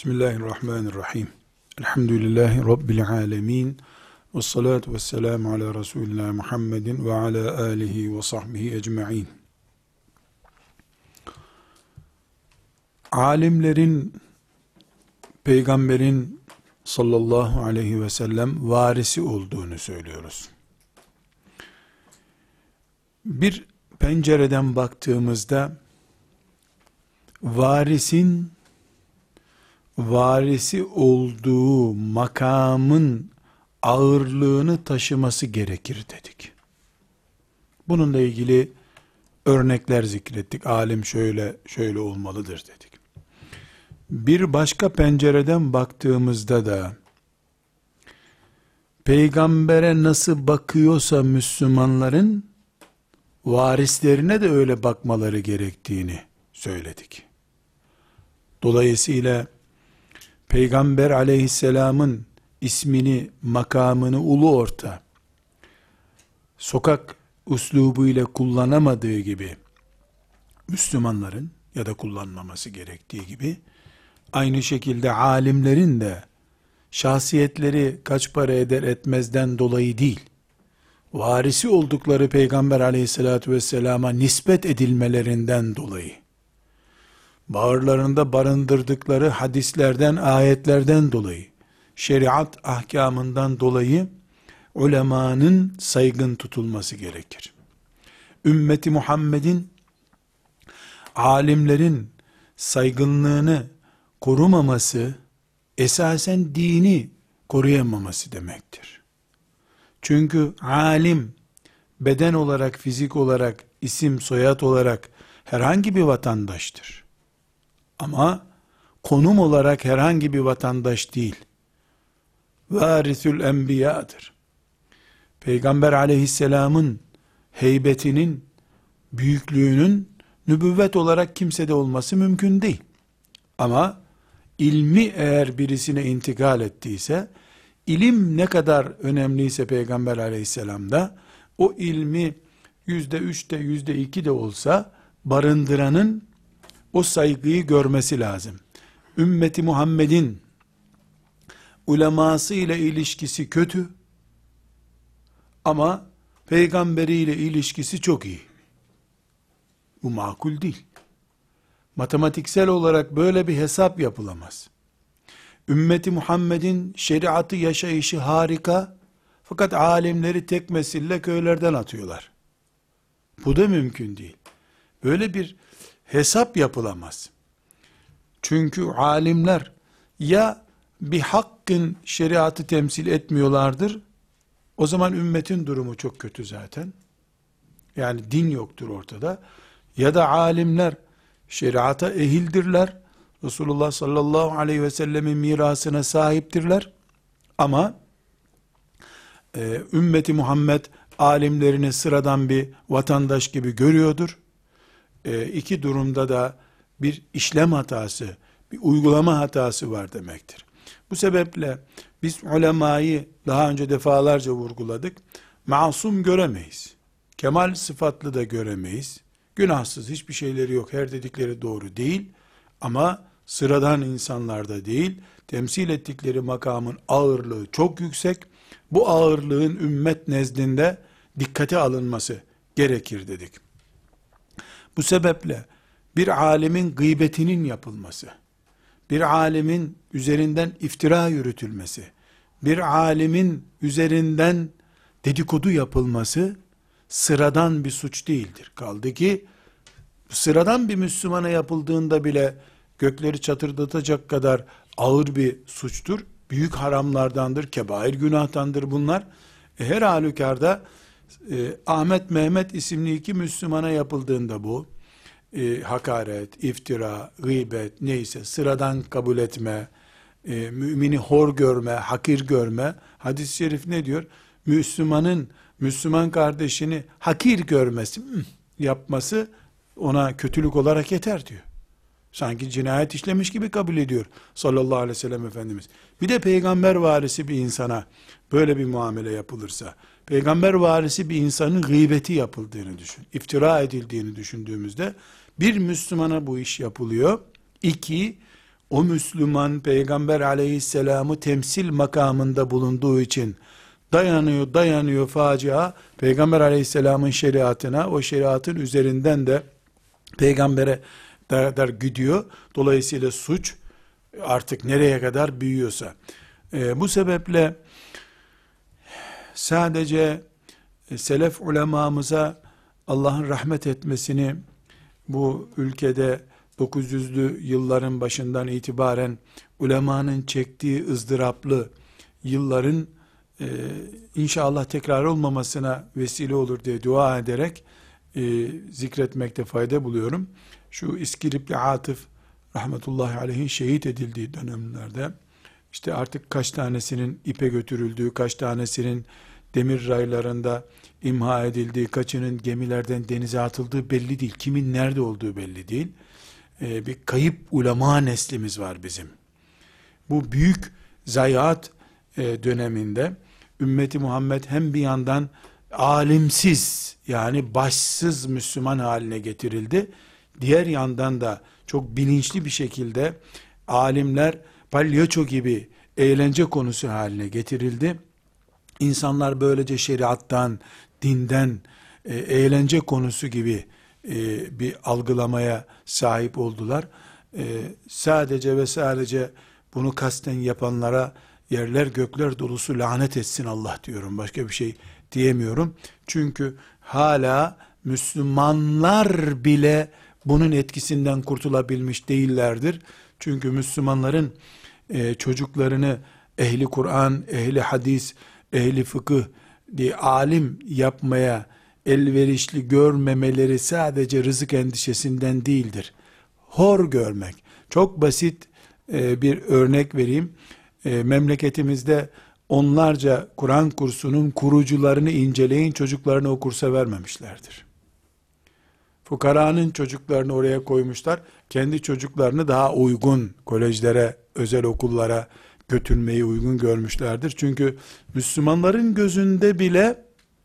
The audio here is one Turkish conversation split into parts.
Bismillahirrahmanirrahim. Elhamdülillahi Rabbil alemin. Ve salatu ve selamu ala Resulina Muhammedin ve ala alihi ve sahbihi ecma'in. Alimlerin, peygamberin sallallahu aleyhi ve sellem varisi olduğunu söylüyoruz. Bir pencereden baktığımızda varisin varisi olduğu makamın ağırlığını taşıması gerekir dedik. Bununla ilgili örnekler zikrettik. Alim şöyle olmalıdır dedik. Bir başka pencereden baktığımızda da peygambere nasıl bakıyorsa Müslümanların varislerine de öyle bakmaları gerektiğini söyledik. Dolayısıyla Peygamber aleyhisselamın ismini, makamını ulu orta, sokak üslubuyla kullanamadığı gibi, Müslümanların ya da kullanmaması gerektiği gibi, aynı şekilde alimlerin de şahsiyetleri kaç para eder etmezden dolayı değil, varisi oldukları Peygamber aleyhissalatü vesselama nispet edilmelerinden dolayı, bağırlarında barındırdıkları hadislerden, ayetlerden dolayı, şeriat ahkamından dolayı ulemanın saygın tutulması gerekir. Ümmeti Muhammed'in alimlerin saygınlığını korumaması esasen dini koruyamaması demektir. Çünkü alim beden olarak, fizik olarak, isim, soyad olarak herhangi bir vatandaştır. Ama konum olarak herhangi bir vatandaş değil. Varisül enbiya'dır. Peygamber aleyhisselamın heybetinin, büyüklüğünün nübüvvet olarak kimsede olması mümkün değil. Ama ilmi eğer birisine intikal ettiyse, ilim ne kadar önemliyse Peygamber aleyhisselamda, o ilmi %3'te %2 de olsa barındıranın o saygıyı görmesi lazım. Ümmeti Muhammed'in uleması ile ilişkisi kötü ama peygamberiyle ilişkisi çok iyi. Bu makul değil. Matematiksel olarak böyle bir hesap yapılamaz. Ümmeti Muhammed'in şeriatı yaşayışı harika fakat alimleri tek mesille köylerden atıyorlar. Bu da mümkün değil. Böyle bir hesap yapılamaz. Çünkü alimler ya bir hakkın şeriatı temsil etmiyorlardır, o zaman ümmetin durumu çok kötü zaten. Yani din yoktur ortada. Ya da alimler şeriata ehildirler, Resulullah sallallahu aleyhi ve sellemin mirasına sahiptirler. Ama ümmeti Muhammed alimlerini sıradan bir vatandaş gibi görüyordur. İki durumda da bir işlem hatası, bir uygulama hatası var demektir. Bu sebeple biz ulemayı daha önce defalarca vurguladık. Masum göremeyiz. Kemal sıfatlı da göremeyiz. Günahsız, hiçbir şeyleri yok. Her dedikleri doğru değil. Ama sıradan insanlarda değil, temsil ettikleri makamın ağırlığı çok yüksek. Bu ağırlığın ümmet nezdinde dikkate alınması gerekir dedik. Bu sebeple bir alimin gıybetinin yapılması, bir alimin üzerinden iftira yürütülmesi, bir alimin üzerinden dedikodu yapılması sıradan bir suç değildir. Kaldı ki sıradan bir Müslümana yapıldığında bile gökleri çatırdatacak kadar ağır bir suçtur. Büyük haramlardandır, kebair günahtandır bunlar. Her halükarda Ahmet Mehmet isimli iki Müslümana yapıldığında bu hakaret, iftira, gıybet neyse sıradan kabul etme, mümini hor görme, hakir görme. Hadis-i şerif ne diyor? Müslümanın Müslüman kardeşini hakir görmesi, yapması ona kötülük olarak yeter diyor. Sanki cinayet işlemiş gibi kabul ediyor sallallahu aleyhi ve sellem Efendimiz. Bir de peygamber varisi bir insana böyle bir muamele yapılırsa, peygamber varisi bir insanın gıybeti yapıldığını düşün, iftira edildiğini düşündüğümüzde, bir Müslümana bu iş yapılıyor. İki, o Müslüman Peygamber aleyhisselamı temsil makamında bulunduğu için dayanıyor facia Peygamber aleyhisselamın şeriatına, o şeriatın üzerinden de peygambere kadar gidiyor. Dolayısıyla suç artık nereye kadar büyüyorsa. Bu sebeple sadece selef ulemamıza Allah'ın rahmet etmesini, bu ülkede 900'lü yılların başından itibaren ulemanın çektiği ızdıraplı yılların inşallah tekrar olmamasına vesile olur diye dua ederek zikretmekte fayda buluyorum. Şu İskilipli Atıf rahmetullahi aleyhin şehit edildiği dönemlerde işte artık kaç tanesinin ipe götürüldüğü, kaç tanesinin demir raylarında imha edildiği, kaçının gemilerden denize atıldığı belli değil. Kimin nerede olduğu belli değil. Bir kayıp ulema neslimiz var bizim. Bu büyük zayiat döneminde ümmeti Muhammed hem bir yandan alimsiz, yani başsız Müslüman haline getirildi. Diğer yandan da çok bilinçli bir şekilde alimler palyaço gibi eğlence konusu haline getirildi. İnsanlar böylece şeriattan, dinden, eğlence konusu gibi bir algılamaya sahip oldular. Sadece ve sadece bunu kasten yapanlara yerler gökler dolusu lanet etsin Allah diyorum. Başka bir şey diyemiyorum. Çünkü hala Müslümanlar bile bunun etkisinden kurtulabilmiş değillerdir. Çünkü Müslümanların çocuklarını ehli Kur'an, ehli hadis, ehli fıkıh diye alim yapmaya elverişli görmemeleri sadece rızık endişesinden değildir. Hor görmek. Çok basit bir örnek vereyim. Memleketimizde onlarca Kur'an kursunun kurucularını inceleyin, çocuklarını o kursa vermemişlerdir. Fukaranın çocuklarını oraya koymuşlar, kendi çocuklarını daha uygun kolejlere, özel okullara götürmeyi uygun görmüşlerdir. Çünkü Müslümanların gözünde bile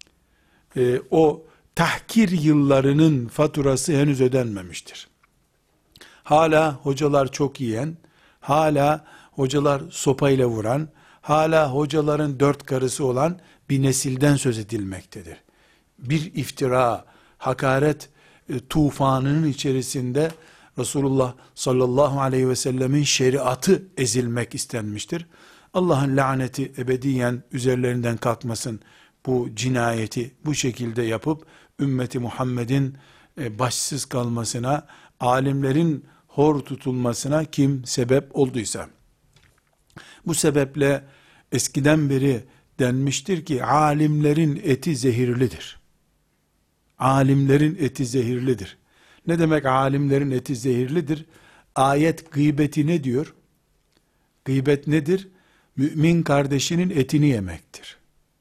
o tahkir yıllarının faturası henüz ödenmemiştir. Hala hocalar çok yiyen, hala hocalar sopayla vuran, hala hocaların 4 karısı olan bir nesilden söz edilmektedir. Bir iftira, hakaret tufanının içerisinde Resulullah sallallahu aleyhi ve sellemin şeriatı ezilmek istenmiştir. Allah'ın laneti ebediyen üzerlerinden kalkmasın, bu cinayeti bu şekilde yapıp ümmeti Muhammed'in başsız kalmasına, alimlerin hor tutulmasına kim sebep olduysa. Bu sebeple eskiden beri denmiştir ki alimlerin eti zehirlidir. Alimlerin eti zehirlidir. Ne demek alimlerin eti zehirlidir? Ayet gıybeti ne diyor? Gıybet nedir? Mümin kardeşinin etini yemektir.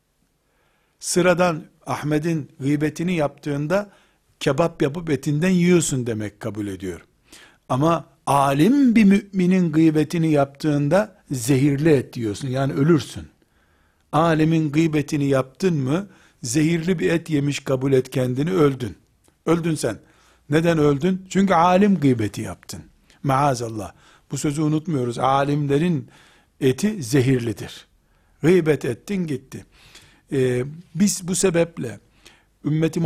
Sıradan Ahmet'in gıybetini yaptığında kebap yapıp etinden yiyorsun demek kabul ediyor. Ama alim bir müminin gıybetini yaptığında zehirli et yiyorsun, yani ölürsün. Alimin gıybetini yaptın mı zehirli bir et yemiş kabul et kendini, öldün. Öldün sen. Neden öldün? Çünkü alim gıybeti yaptın. Maazallah. Bu sözü unutmuyoruz. Alimlerin eti zehirlidir. Gıybet ettin gitti. Biz bu sebeple ümmeti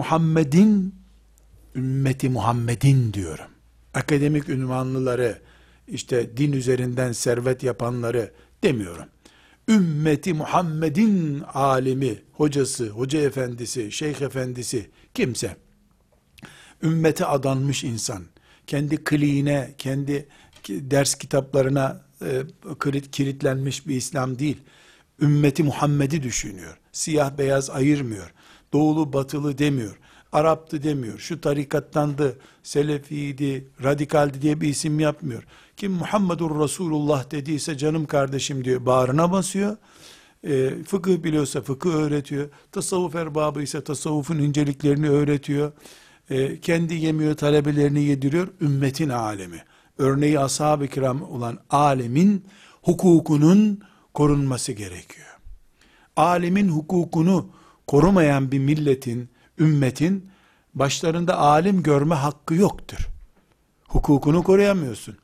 Muhammed'in diyorum. Akademik ünvanlıları, işte din üzerinden servet yapanları demiyorum. Ümmeti Muhammed'in alimi, hocası, hoca efendisi, şeyh efendisi, kimse, ümmete adanmış insan, kendi kliğine, kendi ders kitaplarına kilitlenmiş bir İslam değil, ümmeti Muhammed'i düşünüyor. Siyah beyaz ayırmıyor. Doğulu batılı demiyor. Arap'tı demiyor. Şu tarikattandı, selefiydi, radikaldi diye bir isim yapmıyor. Kim Muhammedur Resulullah dediyse canım kardeşim diyor, bağrına basıyor. Fıkıh biliyorsa fıkıh öğretiyor. Tasavvuf erbabı ise tasavvufun inceliklerini öğretiyor. Kendi yemiyor, talebelerini yediriyor. Ümmetin alemi. Örneği ashab-ı kiram olan alemin hukukunun korunması gerekiyor. Alemin hukukunu korumayan bir milletin, ümmetin başlarında alim görme hakkı yoktur. Hukukunu koruyamıyorsun.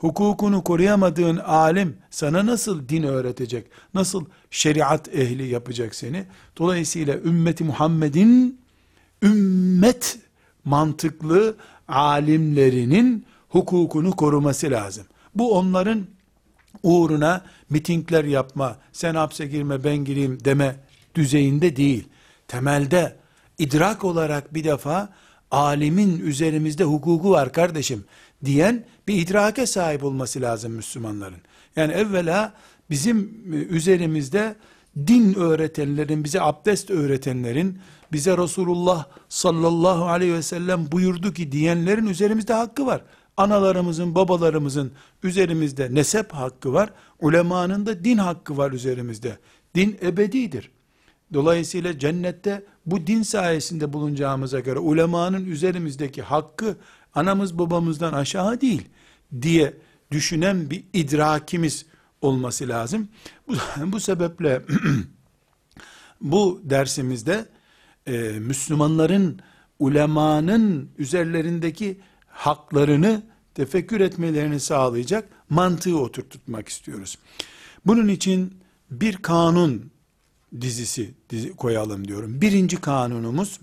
Hukukunu koruyamadığın alim sana nasıl din öğretecek? Nasıl şeriat ehli yapacak seni? Dolayısıyla ümmeti Muhammed'in ümmet mantıklı alimlerinin hukukunu koruması lazım. Bu onların uğruna mitingler yapma, sen hapse girme ben gireyim deme düzeyinde değil. Temelde idrak olarak bir defa alimin üzerimizde hukuku var kardeşim diyen bir idrake sahip olması lazım Müslümanların. Yani evvela bizim üzerimizde din öğretenlerin, bize abdest öğretenlerin, bize Resulullah sallallahu aleyhi ve sellem buyurdu ki diyenlerin üzerimizde hakkı var. Analarımızın, babalarımızın üzerimizde nesep hakkı var. Ulemanın da din hakkı var üzerimizde. Din ebedidir. Dolayısıyla cennette bu din sayesinde bulunacağımıza göre ulemanın üzerimizdeki hakkı anamız babamızdan aşağı değil diye düşünen bir idrakimiz olması lazım. Bu sebeple bu dersimizde Müslümanların ulemanın üzerlerindeki haklarını tefekkür etmelerini sağlayacak mantığı oturtmak istiyoruz. Bunun için bir kanun dizisi koyalım diyorum. Birinci kanunumuz,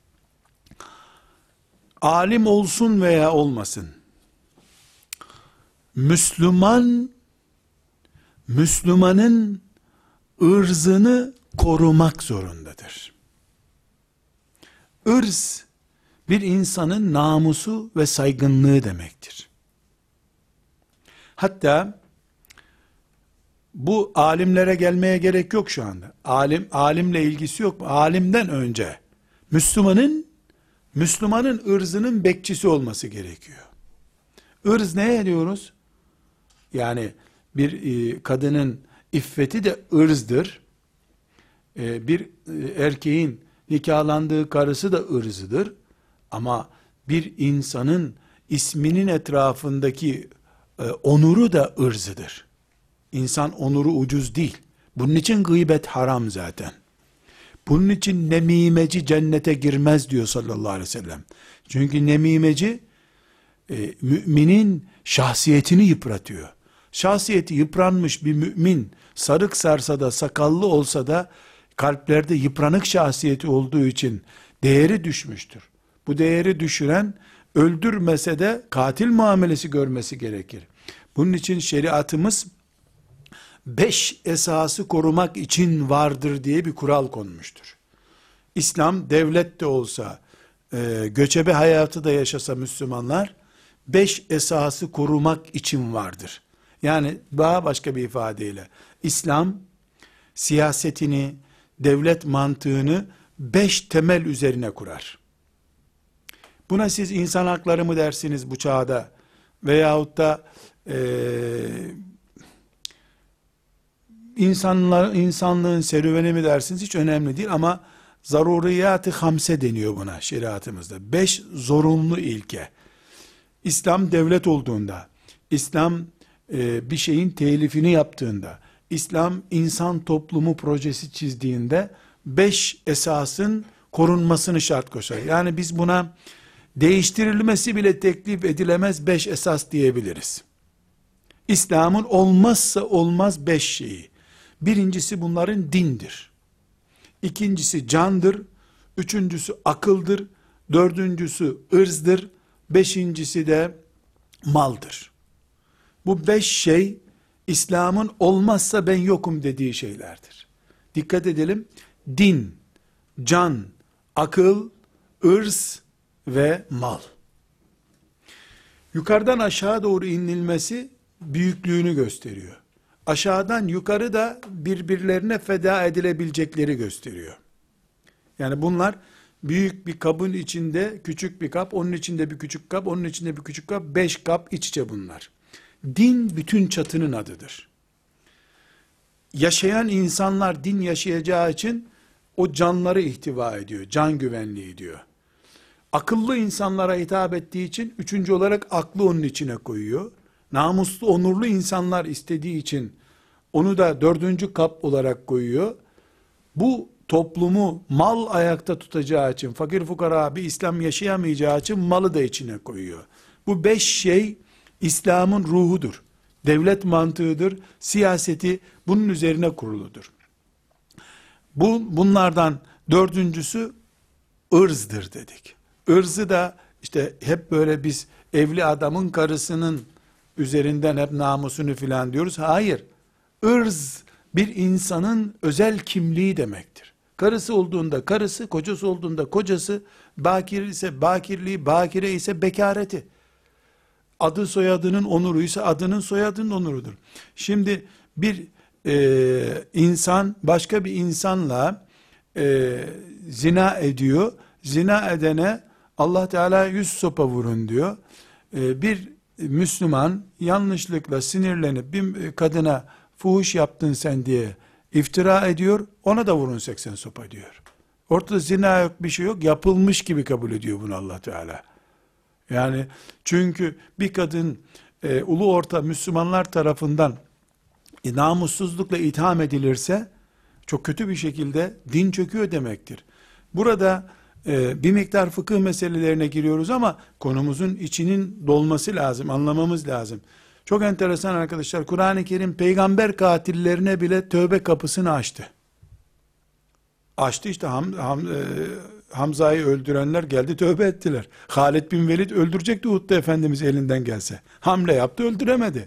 alim olsun veya olmasın, Müslümanın ırzını korumak zorundadır. Irz, bir insanın namusu ve saygınlığı demektir. Hatta bu alimlere gelmeye gerek yok şu anda. Alimle ilgisi yok. Alimden önce Müslümanın ırzının bekçisi olması gerekiyor. Irz neye diyoruz? Yani bir kadının iffeti de ırzdır. Bir erkeğin nikahlandığı karısı da ırzıdır. Ama bir insanın isminin etrafındaki onuru da ırzıdır. İnsan onuru ucuz değil. Bunun için gıybet haram zaten. Bunun için nemimeci cennete girmez diyor sallallahu aleyhi ve sellem. Çünkü nemimeci müminin şahsiyetini yıpratıyor. Şahsiyeti yıpranmış bir mümin sarık sarsa da sakallı olsa da kalplerde yıpranık şahsiyeti olduğu için değeri düşmüştür. Bu değeri düşüren öldürmese de katil muamelesi görmesi gerekir. Bunun için şeriatımız 5 esası korumak için vardır diye bir kural konmuştur. İslam devlet de olsa, göçebe hayatı da yaşasa Müslümanlar, 5 esası korumak için vardır. Yani daha başka bir ifadeyle, İslam siyasetini, devlet mantığını 5 temel üzerine kurar. Buna siz insan hakları mı dersiniz bu çağda, veyahut da insanlığın serüveni mi dersiniz, hiç önemli değil, ama zaruriyat-ı hamse deniyor buna şeriatımızda. 5 zorunlu ilke. İslam devlet olduğunda, İslam bir şeyin telifini yaptığında, İslam insan toplumu projesi çizdiğinde 5 esasın korunmasını şart koşar. Yani biz buna değiştirilmesi bile teklif edilemez 5 esas diyebiliriz. İslam'ın olmazsa olmaz 5 şeyi. Birincisi bunların dindir. İkincisi candır. Üçüncüsü akıldır. Dördüncüsü ırzdır. Beşincisi de maldır. Bu 5 şey İslam'ın olmazsa ben yokum dediği şeylerdir. Dikkat edelim. Din, can, akıl, ırz ve mal. Yukarıdan aşağı doğru inilmesi büyüklüğünü gösteriyor. Aşağıdan yukarı da birbirlerine feda edilebilecekleri gösteriyor. Yani bunlar büyük bir kabın içinde küçük bir kap, onun içinde bir küçük kap, onun içinde bir küçük kap, 5 kap iç içe bunlar. Din bütün çatının adıdır. Yaşayan insanlar din yaşayacağı için o canları ihtiva ediyor, can güvenliği diyor. Akıllı insanlara hitap ettiği için üçüncü olarak aklı onun içine koyuyor. Namuslu, onurlu insanlar istediği için onu da dördüncü kap olarak koyuyor. Bu toplumu mal ayakta tutacağı için, fakir fukara bir İslam yaşayamayacağı için malı da içine koyuyor. Bu 5 şey İslam'ın ruhudur. Devlet mantığıdır. Siyaseti bunun üzerine kuruludur. Bunlardan dördüncüsü ırzdır dedik. Irzı da işte hep böyle biz evli adamın karısının üzerinden hep namusunu filan diyoruz. Hayır. Irz bir insanın özel kimliği demektir. Karısı olduğunda karısı, kocası olduğunda kocası, bakir ise bakirliği, bakire ise bekareti. Adı soyadının onuruysa adının soyadının onurudur. Şimdi bir insan başka bir insanla zina ediyor. Zina edene Allah Teala 100 sopa vurun diyor. Bir Müslüman yanlışlıkla sinirlenip bir kadına fuhuş yaptın sen diye iftira ediyor. Ona da vurun 80 sopa diyor. Ortada zina yok, bir şey yok. Yapılmış gibi kabul ediyor bunu Allah Teala. Yani çünkü bir kadın ulu orta Müslümanlar tarafından namussuzlukla itham edilirse çok kötü bir şekilde din çöküyor demektir. Burada bir miktar fıkıh meselelerine giriyoruz ama konumuzun içinin dolması lazım, anlamamız lazım. Çok enteresan arkadaşlar, Kur'an-ı Kerim peygamber katillerine bile tövbe kapısını açtı. Açtı işte Hamza'yı öldürenler geldi tövbe ettiler. Halid bin Velid öldürecekti Uhud'da Efendimiz elinden gelse. Hamle yaptı öldüremedi.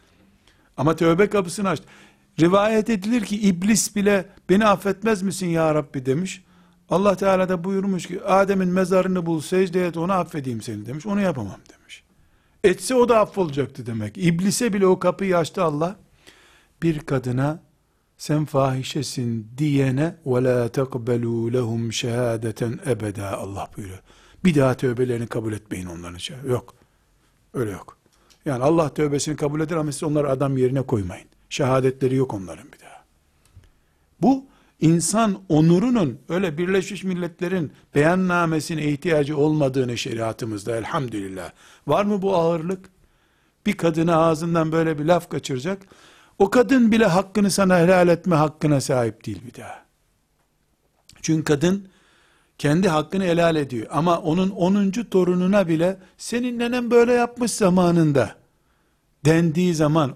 Ama tövbe kapısını açtı. Rivayet edilir ki iblis bile beni affetmez misin ya Rabbi demiş. Allah Teala da buyurmuş ki Adem'in mezarını bul secde et onu affedeyim seni demiş. Onu yapamam demiş. Etse o da affolacaktı demek. İblise bile o kapıyı açtı Allah. Bir kadına sen fahişesin diyene وَلَا تَقْبَلُوا لَهُمْ شَهَادَةً ebeda Allah buyuruyor. Bir daha tövbelerini kabul etmeyin onların için. Yok. Öyle yok. Yani Allah tövbesini kabul eder ama siz onları adam yerine koymayın. Şehadetleri yok onların bir daha. Bu insan onurunun öyle Birleşmiş Milletler'in beyannamesine ihtiyacı olmadığını şeriatımızda elhamdülillah. Var mı bu ağırlık? Bir kadına ağzından böyle bir laf kaçıracak. O kadın bile hakkını sana helal etme hakkına sahip değil bir daha. Çünkü kadın kendi hakkını helal ediyor. Ama onun 10. torununa bile senin nenen böyle yapmış zamanında dendiği zaman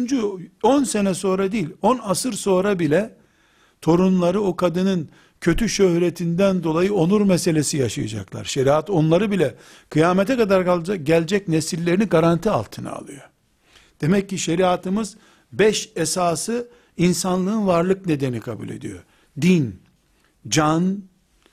10 sene sonra değil 10 asır sonra bile torunları o kadının kötü şöhretinden dolayı onur meselesi yaşayacaklar. Şeriat onları bile kıyamete kadar gelecek nesillerini garanti altına alıyor. Demek ki şeriatımız 5 esası insanlığın varlık nedeni kabul ediyor. Din, can,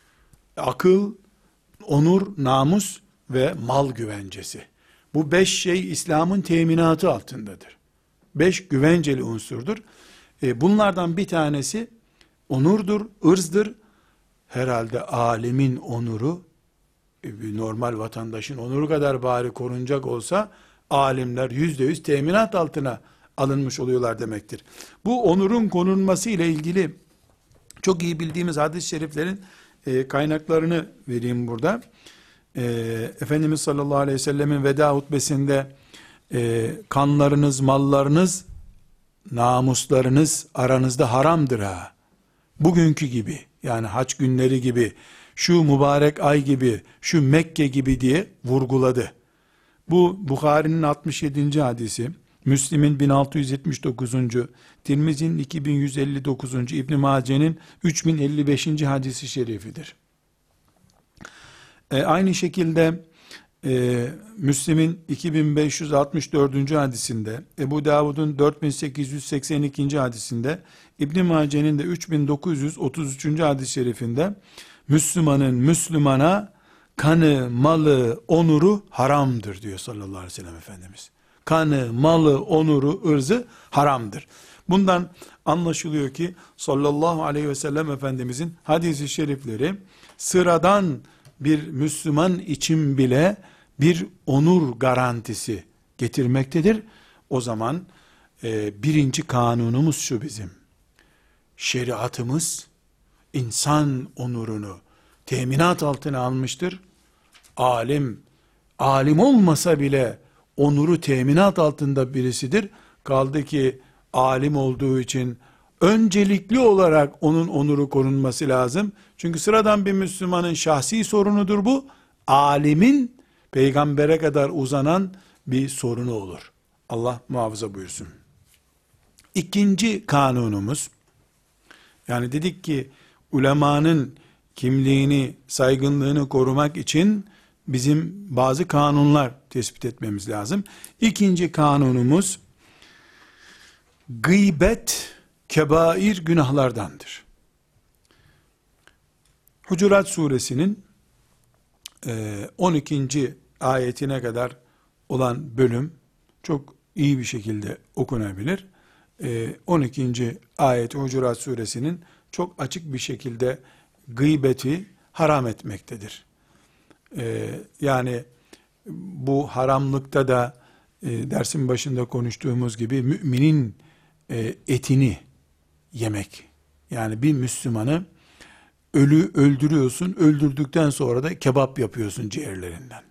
akıl, onur, namus ve mal güvencesi. Bu 5 şey İslam'ın teminatı altındadır. 5 güvenceli unsurdur. Bunlardan bir tanesi onurdur, ırzdır. Herhalde alimin onuru, bir normal vatandaşın onuru kadar bari korunacak olsa, alimler %100 teminat altına alınmış oluyorlar demektir. Bu onurun korunması ile ilgili çok iyi bildiğimiz hadis-i şeriflerin kaynaklarını vereyim burada. Efendimiz sallallahu aleyhi ve sellemin veda hutbesinde kanlarınız, mallarınız, namuslarınız aranızda haramdır ha. Bugünkü gibi yani hac günleri gibi, şu mübarek ay gibi, şu Mekke gibi diye vurguladı. Bu Bukhari'nin 67. hadisi, Müslim'in 1679. Tirmizi'nin 2159. İbn Mace'nin 3055. hadisi şerifidir. Aynı şekilde Müslim'in 2564. hadisinde, Ebu Davud'un 4882. hadisinde, İbn Mace'nin de 3933. hadis-i şerifinde Müslümanın Müslümana kanı, malı, onuru haramdır diyor sallallahu aleyhi ve sellem Efendimiz. Kanı, malı, onuru, ırzı haramdır. Bundan anlaşılıyor ki sallallahu aleyhi ve sellem Efendimizin hadis-i şerifleri sıradan bir Müslüman için bile bir onur garantisi getirmektedir. O zaman birinci kanunumuz şu bizim. Şeriatımız insan onurunu teminat altına almıştır. Alim olmasa bile onuru teminat altında birisidir. Kaldı ki alim olduğu için öncelikli olarak onun onuru korunması lazım. Çünkü sıradan bir Müslümanın şahsi sorunudur bu. Alimin peygambere kadar uzanan bir sorunu olur. Allah muhafaza buyursun. İkinci kanunumuz, yani dedik ki ulemanın kimliğini, saygınlığını korumak için bizim bazı kanunlar tespit etmemiz lazım. İkinci kanunumuz, gıybet kebair günahlardandır. Hucurat suresinin 12. ayetine kadar olan bölüm çok iyi bir şekilde okunabilir. 12. ayet Hucurat suresinin çok açık bir şekilde gıybeti haram etmektedir. Yani bu haramlıkta da dersin başında konuştuğumuz gibi müminin etini yemek. Yani bir Müslümanı öldürüyorsun, öldürdükten sonra da kebap yapıyorsun ciğerlerinden.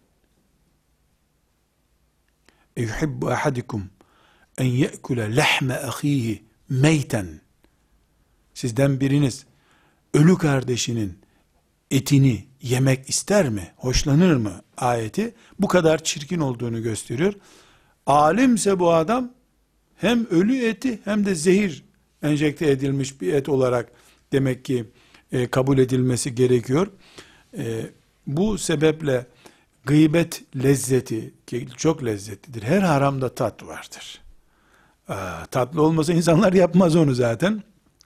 Yuhibbu ahadikum en ye'kule lehme ahihi meyten. Sizden biriniz ölü kardeşinin etini yemek ister mi? Hoşlanır mı? Ayeti bu kadar çirkin olduğunu gösteriyor. Alimse bu adam hem ölü eti hem de zehir enjekte edilmiş bir et olarak demek ki kabul edilmesi gerekiyor. Bu sebeple gıybet lezzeti, ki çok lezzetlidir. Her haramda tat vardır. Tatlı olmasa insanlar yapmaz onu zaten.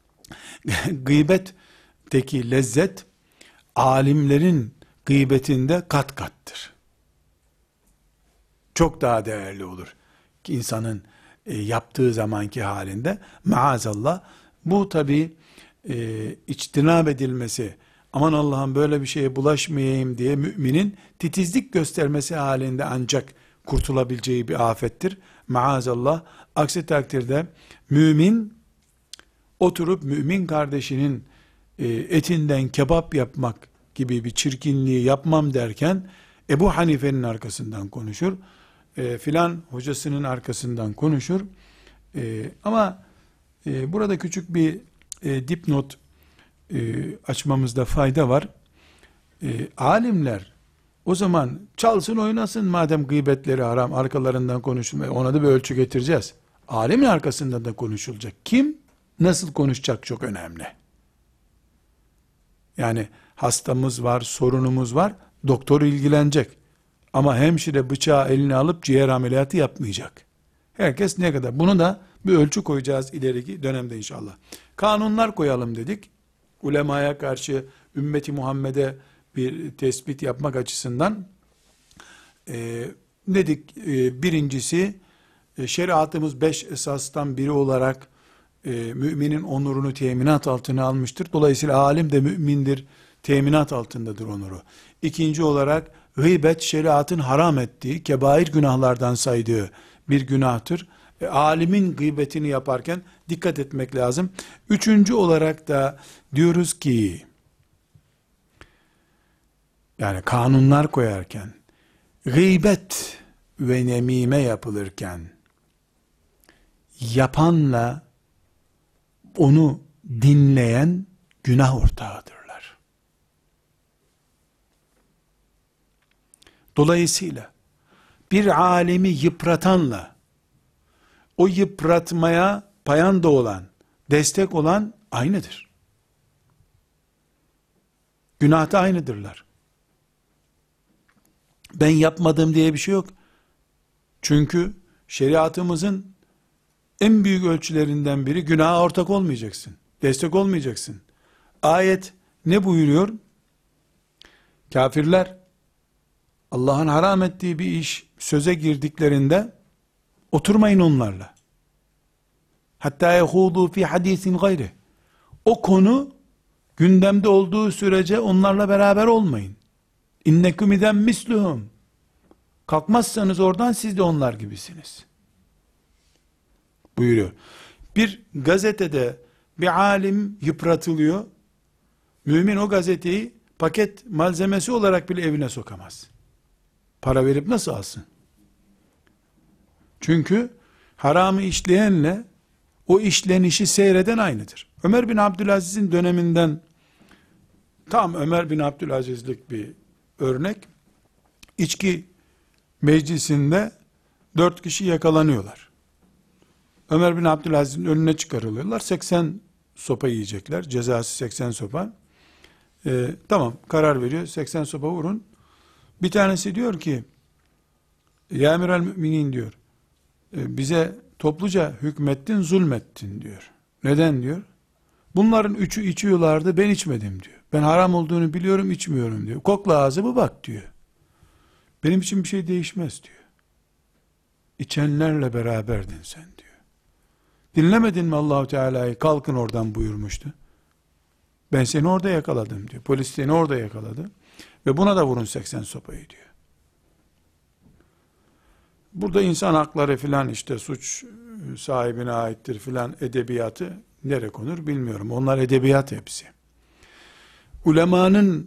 Gıybetteki lezzet, alimlerin gıybetinde kat kattır. Çok daha değerli olur ki insanın yaptığı zamanki halinde. Maazallah, bu tabi içtinab edilmesi, aman Allah'ım böyle bir şeye bulaşmayayım diye müminin titizlik göstermesi halinde ancak kurtulabileceği bir afettir. Maazallah, aksi takdirde mümin oturup mümin kardeşinin etinden kebap yapmak gibi bir çirkinliği yapmam derken Ebu Hanife'nin arkasından konuşur, filan hocasının arkasından konuşur. Ama burada küçük bir dipnot açmamızda fayda var. Alimler o zaman çalsın oynasın, madem gıybetleri haram, arkalarından konuşulmuyor, ona da bir ölçü getireceğiz. Alimin arkasından da konuşulacak. Kim nasıl konuşacak çok önemli. Yani hastamız var, sorunumuz var, doktor ilgilenecek. Ama hemşire bıçağı eline alıp ciğer ameliyatı yapmayacak. Herkes ne kadar. Bunu da bir ölçü koyacağız ileriki dönemde inşallah. Kanunlar koyalım dedik. Ulemaya karşı ümmeti Muhammed'e bir tespit yapmak açısından dedik, birincisi şeriatımız 5 esastan biri olarak müminin onurunu teminat altına almıştır. Dolayısıyla alim de mümindir, teminat altındadır onuru. İkinci olarak gıybet şeriatın haram ettiği, kebair günahlardan saydığı bir günahtır. Alimin gıybetini yaparken dikkat etmek lazım. Üçüncü olarak da diyoruz ki, yani kanunlar koyarken, gıybet ve nemime yapılırken, yapanla onu dinleyen günah ortağıdırlar. Dolayısıyla bir alimi yıpratanla o yıpratmaya payanda olan, destek olan aynıdır. Günahta aynıdırlar. Ben yapmadım diye bir şey yok. Çünkü şeriatımızın en büyük ölçülerinden biri, günaha ortak olmayacaksın. Destek olmayacaksın. Ayet ne buyuruyor? Kafirler Allah'ın haram ettiği bir iş söze girdiklerinde oturmayın onlarla. Hatta yehudu fi hadisin gayri. O konu gündemde olduğu sürece onlarla beraber olmayın. İnneküm iden misluhum. Kalkmazsanız oradan siz de onlar gibisiniz. Buyuruyor. Bir gazetede bir alim yıpratılıyor. Mümin o gazeteyi paket malzemesi olarak bile evine sokamaz. Para verip nasıl alsın? Çünkü haramı işleyenle o işlenişi seyreden aynıdır. Ömer bin Abdülaziz'in döneminden, tam Ömer bin Abdülaziz'lik bir örnek, içki meclisinde 4 kişi yakalanıyorlar. Ömer bin Abdülaziz'in önüne çıkarılıyorlar. 80 sopa yiyecekler. Cezası 80 sopa. Tamam, karar veriyor. 80 sopa vurun. Bir tanesi diyor ki, ya emir el müminin diyor, bize topluca hükmettin, zulmettin diyor. Neden diyor? Bunların üçü içiyorlardı, ben içmedim diyor. Ben haram olduğunu biliyorum, içmiyorum diyor. Kokla ağzımı bak diyor. Benim için bir şey değişmez diyor. İçenlerle beraberdin sen diyor. Dinlemedin mi Allahu Teala'yı, kalkın oradan buyurmuştu. Ben seni orada yakaladım diyor. Polis seni orada yakaladı. Ve buna da vurun 80 sopayı diyor. Burada insan hakları filan, işte suç sahibine aittir filan edebiyatı nereye konur bilmiyorum. Onlar edebiyat hepsi. Ulemanın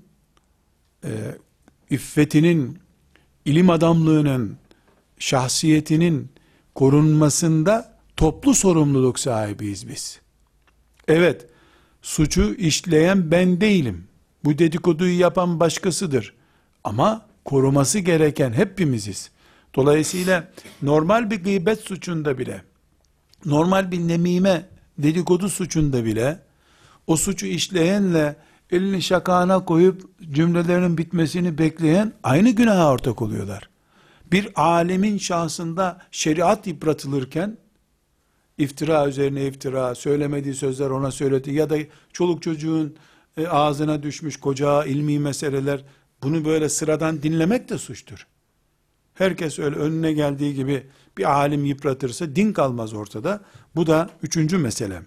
iffetinin, ilim adamlığının, şahsiyetinin korunmasında toplu sorumluluk sahibiyiz biz. Evet, suçu işleyen ben değilim. Bu dedikoduyu yapan başkasıdır. Ama koruması gereken hepimiziz. Dolayısıyla normal bir gıybet suçunda bile, normal bir nemime, dedikodu suçunda bile, o suçu işleyenle elini şakağına koyup cümlelerinin bitmesini bekleyen aynı günaha ortak oluyorlar. Bir alemin şahsında şeriat yıpratılırken, iftira üzerine iftira, söylemediği sözler ona söyledi ya da çoluk çocuğun ağzına düşmüş koca ilmi meseleler, bunu böyle sıradan dinlemek de suçtur. Herkes öyle önüne geldiği gibi bir alim yıpratırsa din kalmaz ortada. Bu da 3. mesele.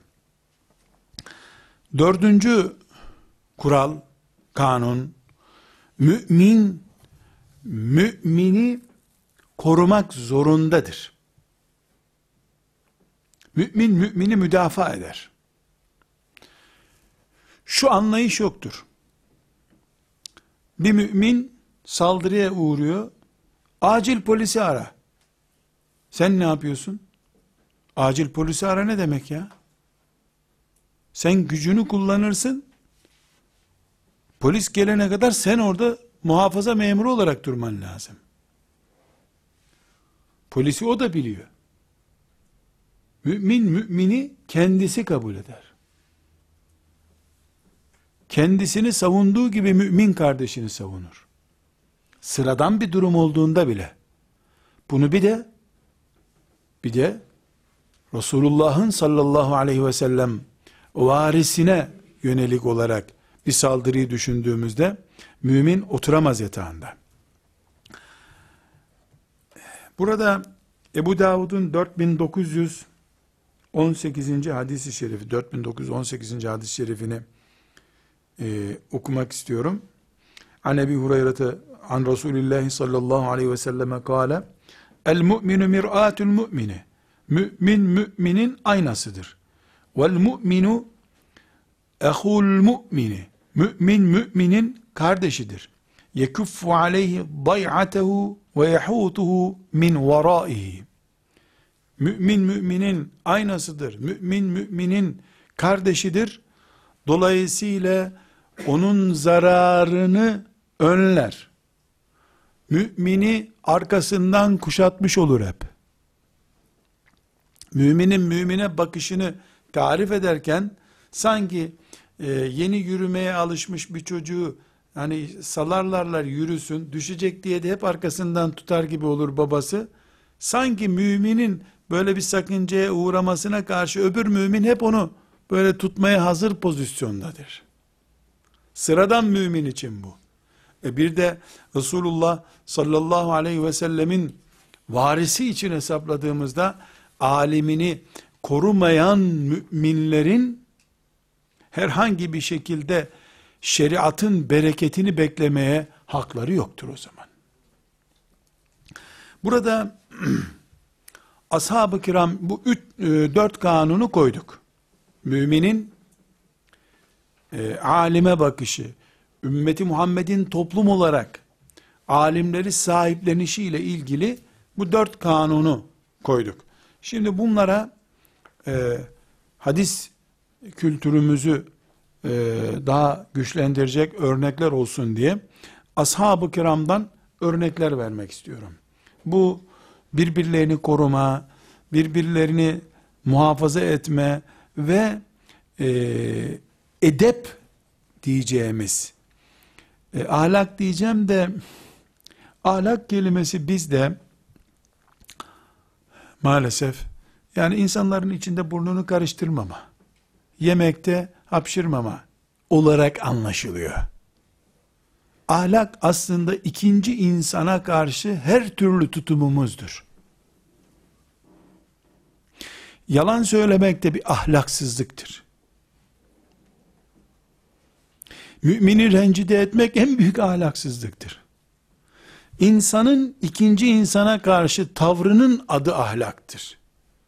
4. kural, kanun, mümini korumak zorundadır. Mümin mümini müdafaa eder. Şu anlayış yoktur. Bir mümin saldırıya uğruyor, acil polisi ara. Sen ne yapıyorsun? Acil polisi ara ne demek ya? Sen gücünü kullanırsın, polis gelene kadar sen orada muhafaza memuru olarak durman lazım. Polisi o da biliyor. Mümin mümini kendisi kabul eder. Kendisini savunduğu gibi mümin kardeşini savunur. Sıradan bir durum olduğunda bile. Bunu bir de Resulullah'ın sallallahu aleyhi ve sellem varisine yönelik olarak bir saldırıyı düşündüğümüzde mümin oturamaz yatağında. Burada Ebu Davud'un 4918. hadis-i şerifi, 4918. hadis-i şerifini okumak istiyorum. An Ebi Hureyre'te an Resulillahi sallallahu aleyhi ve selleme kâle, el mu'minu mir'atul mu'mini, mümin müminin aynasıdır. Vel mu'minu ehul mu'mini, mümin müminin kardeşidir. Yekuffu aleyhi day'atehu ve yehutuhu min varaihi. Mümin müminin aynasıdır. Mümin müminin kardeşidir. Dolayısıyla onun zararını önler. Mümini arkasından kuşatmış olur hep. Müminin mümine bakışını tarif ederken sanki yeni yürümeye alışmış bir çocuğu hani salarlarlar yürüsün, düşecek diye de hep arkasından tutar gibi olur babası. Sanki müminin böyle bir sakıncaya uğramasına karşı öbür mümin hep onu böyle tutmaya hazır pozisyondadır. Sıradan mümin için bu. Bir de Resulullah sallallahu aleyhi ve sellemin varisi için hesapladığımızda alimini korumayan müminlerin herhangi bir şekilde şeriatın bereketini beklemeye hakları yoktur o zaman. Burada ashab-ı kiram bu 4 kanunu koyduk. Müminin alime bakışı, ümmeti Muhammed'in toplum olarak alimleri sahiplenişiyle ilgili bu 4 kanunu koyduk. Şimdi bunlara hadis kültürümüzü daha güçlendirecek örnekler olsun diye ashab-ı kiramdan örnekler vermek istiyorum. Bu birbirlerini koruma, birbirlerini muhafaza etme ve edep diyeceğimiz, ahlak diyeceğim de, ahlak kelimesi bizde maalesef, yani insanların içinde burnunu karıştırmama, yemekte hapşırmama olarak anlaşılıyor. Ahlak aslında ikinci insana karşı her türlü tutumumuzdur. Yalan söylemek de bir ahlaksızlıktır. Mümini rencide etmek en büyük ahlaksızlıktır. İnsanın ikinci insana karşı tavrının adı ahlaktır.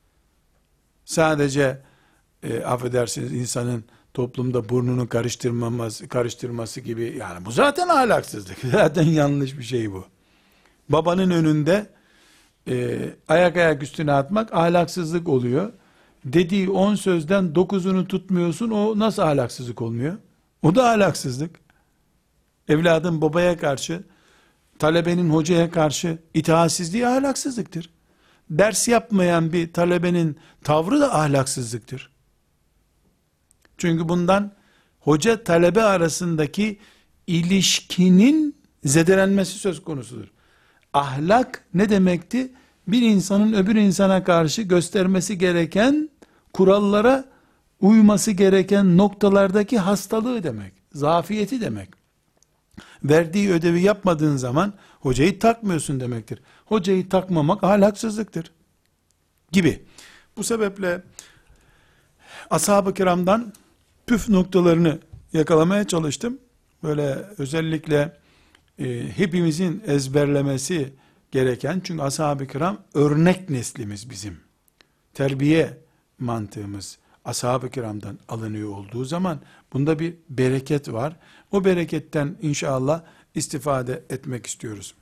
Sadece affedersiniz, insanın toplumda burnunu karıştırması gibi, yani bu zaten ahlaksızlık. Zaten yanlış bir şey bu. Babanın önünde ayak üstüne atmak ahlaksızlık oluyor. Dediği 10 sözden 9'unu tutmuyorsun, o nasıl ahlaksızlık olmuyor? O da ahlaksızlık. Evladın babaya karşı, talebenin hocaya karşı itaatsizliği ahlaksızlıktır. Ders yapmayan bir talebenin tavrı da ahlaksızlıktır. Çünkü bundan hoca talebe arasındaki ilişkinin zedelenmesi söz konusudur. Ahlak ne demekti? Bir insanın öbür insana karşı göstermesi gereken, kurallara uyması gereken noktalardaki hastalığı demek, zafiyeti demek. Verdiği ödevi yapmadığın zaman hocayı takmıyorsun demektir. Hocayı takmamak ahlaksızlıktır gibi. Bu sebeple ashab-ı kiramdan püf noktalarını yakalamaya çalıştım. Böyle özellikle hepimizin ezberlemesi gereken, çünkü ashab-ı kiram örnek neslimiz bizim. Terbiye mantığımız ashab-ı kiramdan alınıyor olduğu zaman bunda bir bereket var. O bereketten inşallah istifade etmek istiyoruz.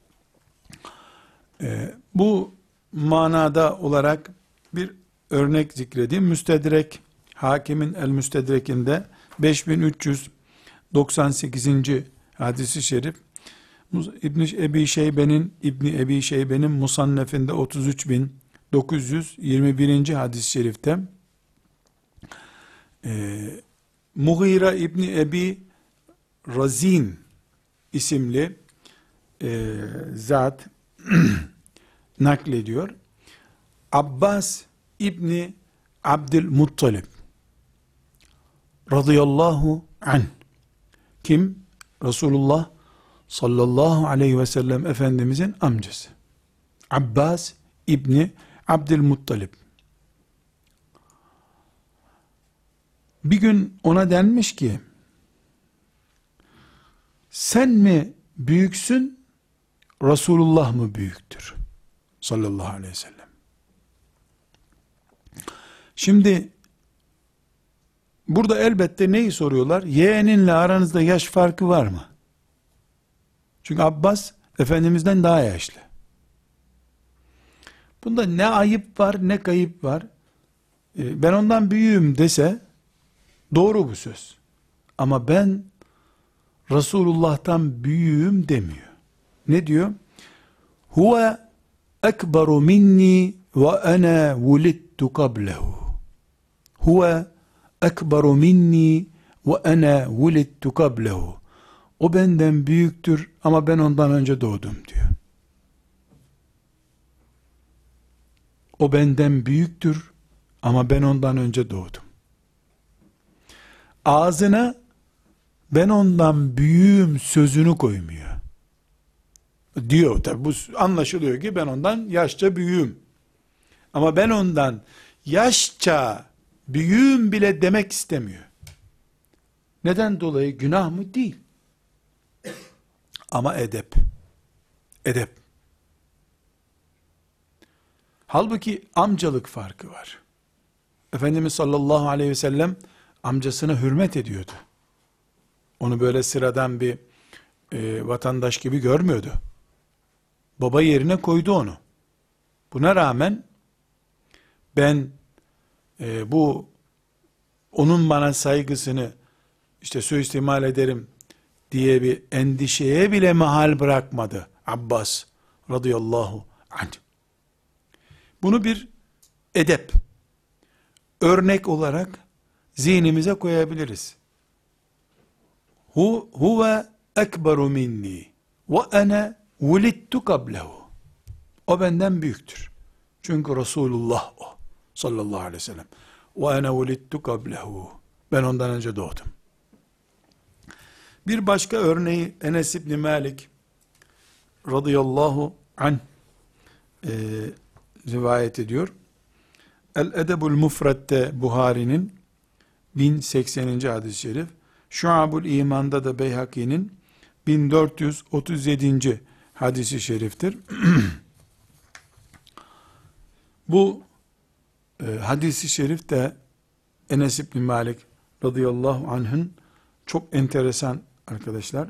Bu manada olarak bir örnek zikredeyim. Müstedrek, Hakim'in El Müstedrek'inde 5398. hadisi şerif, İbni Ebi Şeybe'nin Musannef'inde 33921. hadis-i şerifte Mughira İbni Ebi Razin isimli zat naklediyor. Abbas İbni Abdülmuttalib radıyallahu anh, kim? Resulullah sallallahu aleyhi ve sellem Efendimizin amcası. Abbas İbni Abdülmuttalib. Bir gün ona denmiş ki, sen mi büyüksün, Resulullah mı büyüktür? Sallallahu aleyhi ve sellem. Şimdi burada elbette neyi soruyorlar? Yeğeninle aranızda yaş farkı var mı? Çünkü Abbas Efendimiz'den daha yaşlı. Bunda ne ayıp var ne kayıp var. Ben ondan büyüğüm dese doğru bu söz. Ama ben Resulullah'tan büyüğüm demiyor. Ne diyor? Huve ekberu minni ve ana vulidtu kablehu. Huve ekberu minni ve ana vulidtu kablehu. O benden büyüktür ama ben ondan önce doğdum diyor. O benden büyüktür ama ben ondan önce doğdum. Ağzına ben ondan büyüğüm sözünü koymuyor. Diyor tabi, bu anlaşılıyor ki ben ondan yaşça büyüğüm. Ama ben ondan yaşça büyüğüm bile demek istemiyor. Neden dolayı? Günah mı? Değil. Ama edep. Edep. Halbuki amcalık farkı var. Efendimiz sallallahu aleyhi ve sellem amcasına hürmet ediyordu. Onu böyle sıradan bir vatandaş gibi görmüyordu. Baba yerine koydu onu. Buna rağmen ben bu onun bana saygısını işte suistimal ederim diye bir endişeye bile mahal bırakmadı Abbas radıyallahu anh. Bunu bir edep, örnek olarak zihnimize koyabiliriz. Huve ekberu minni ve ene vulidtu kablehu. O benden büyüktür. Çünkü Resulullah o. Sallallahu aleyhi ve sellem. Ve ene vulidtu kablehu. Ben ondan önce doğdum. Bir başka örneği Enes İbni Malik radıyallahu anh rivayet ediyor. El-Edebul Mufred'de Buhari'nin 1080. hadis-i şerif, Şuabul İman'da da Beyhaki'nin 1437. hadis-i şeriftir. Bu hadis-i şerif de Enes İbni Malik radıyallahu anh'ın çok enteresan arkadaşlar.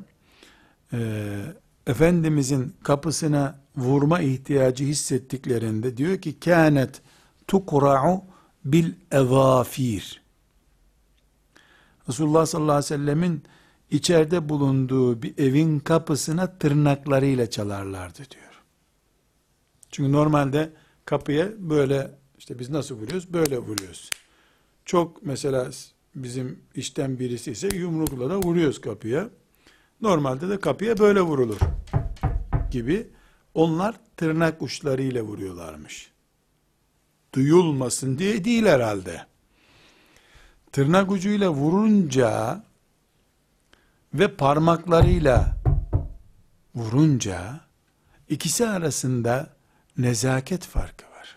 Efendimizin kapısına vurma ihtiyacı hissettiklerinde diyor ki kânet tukra'u bil ezafir. Resulullah sallallahu aleyhi ve sellemin içeride bulunduğu bir evin kapısına tırnaklarıyla çalarlardı diyor. Çünkü normalde kapıya böyle, işte biz nasıl vuruyoruz? Böyle vuruyoruz. Çok mesela bizim işten birisi ise yumrukla da vuruyoruz kapıya. Normalde de kapıya böyle vurulur gibi. Onlar tırnak uçlarıyla vuruyorlarmış. Duyulmasın diye değil herhalde. Tırnak ucuyla vurunca ve parmaklarıyla vurunca ikisi arasında nezaket farkı var.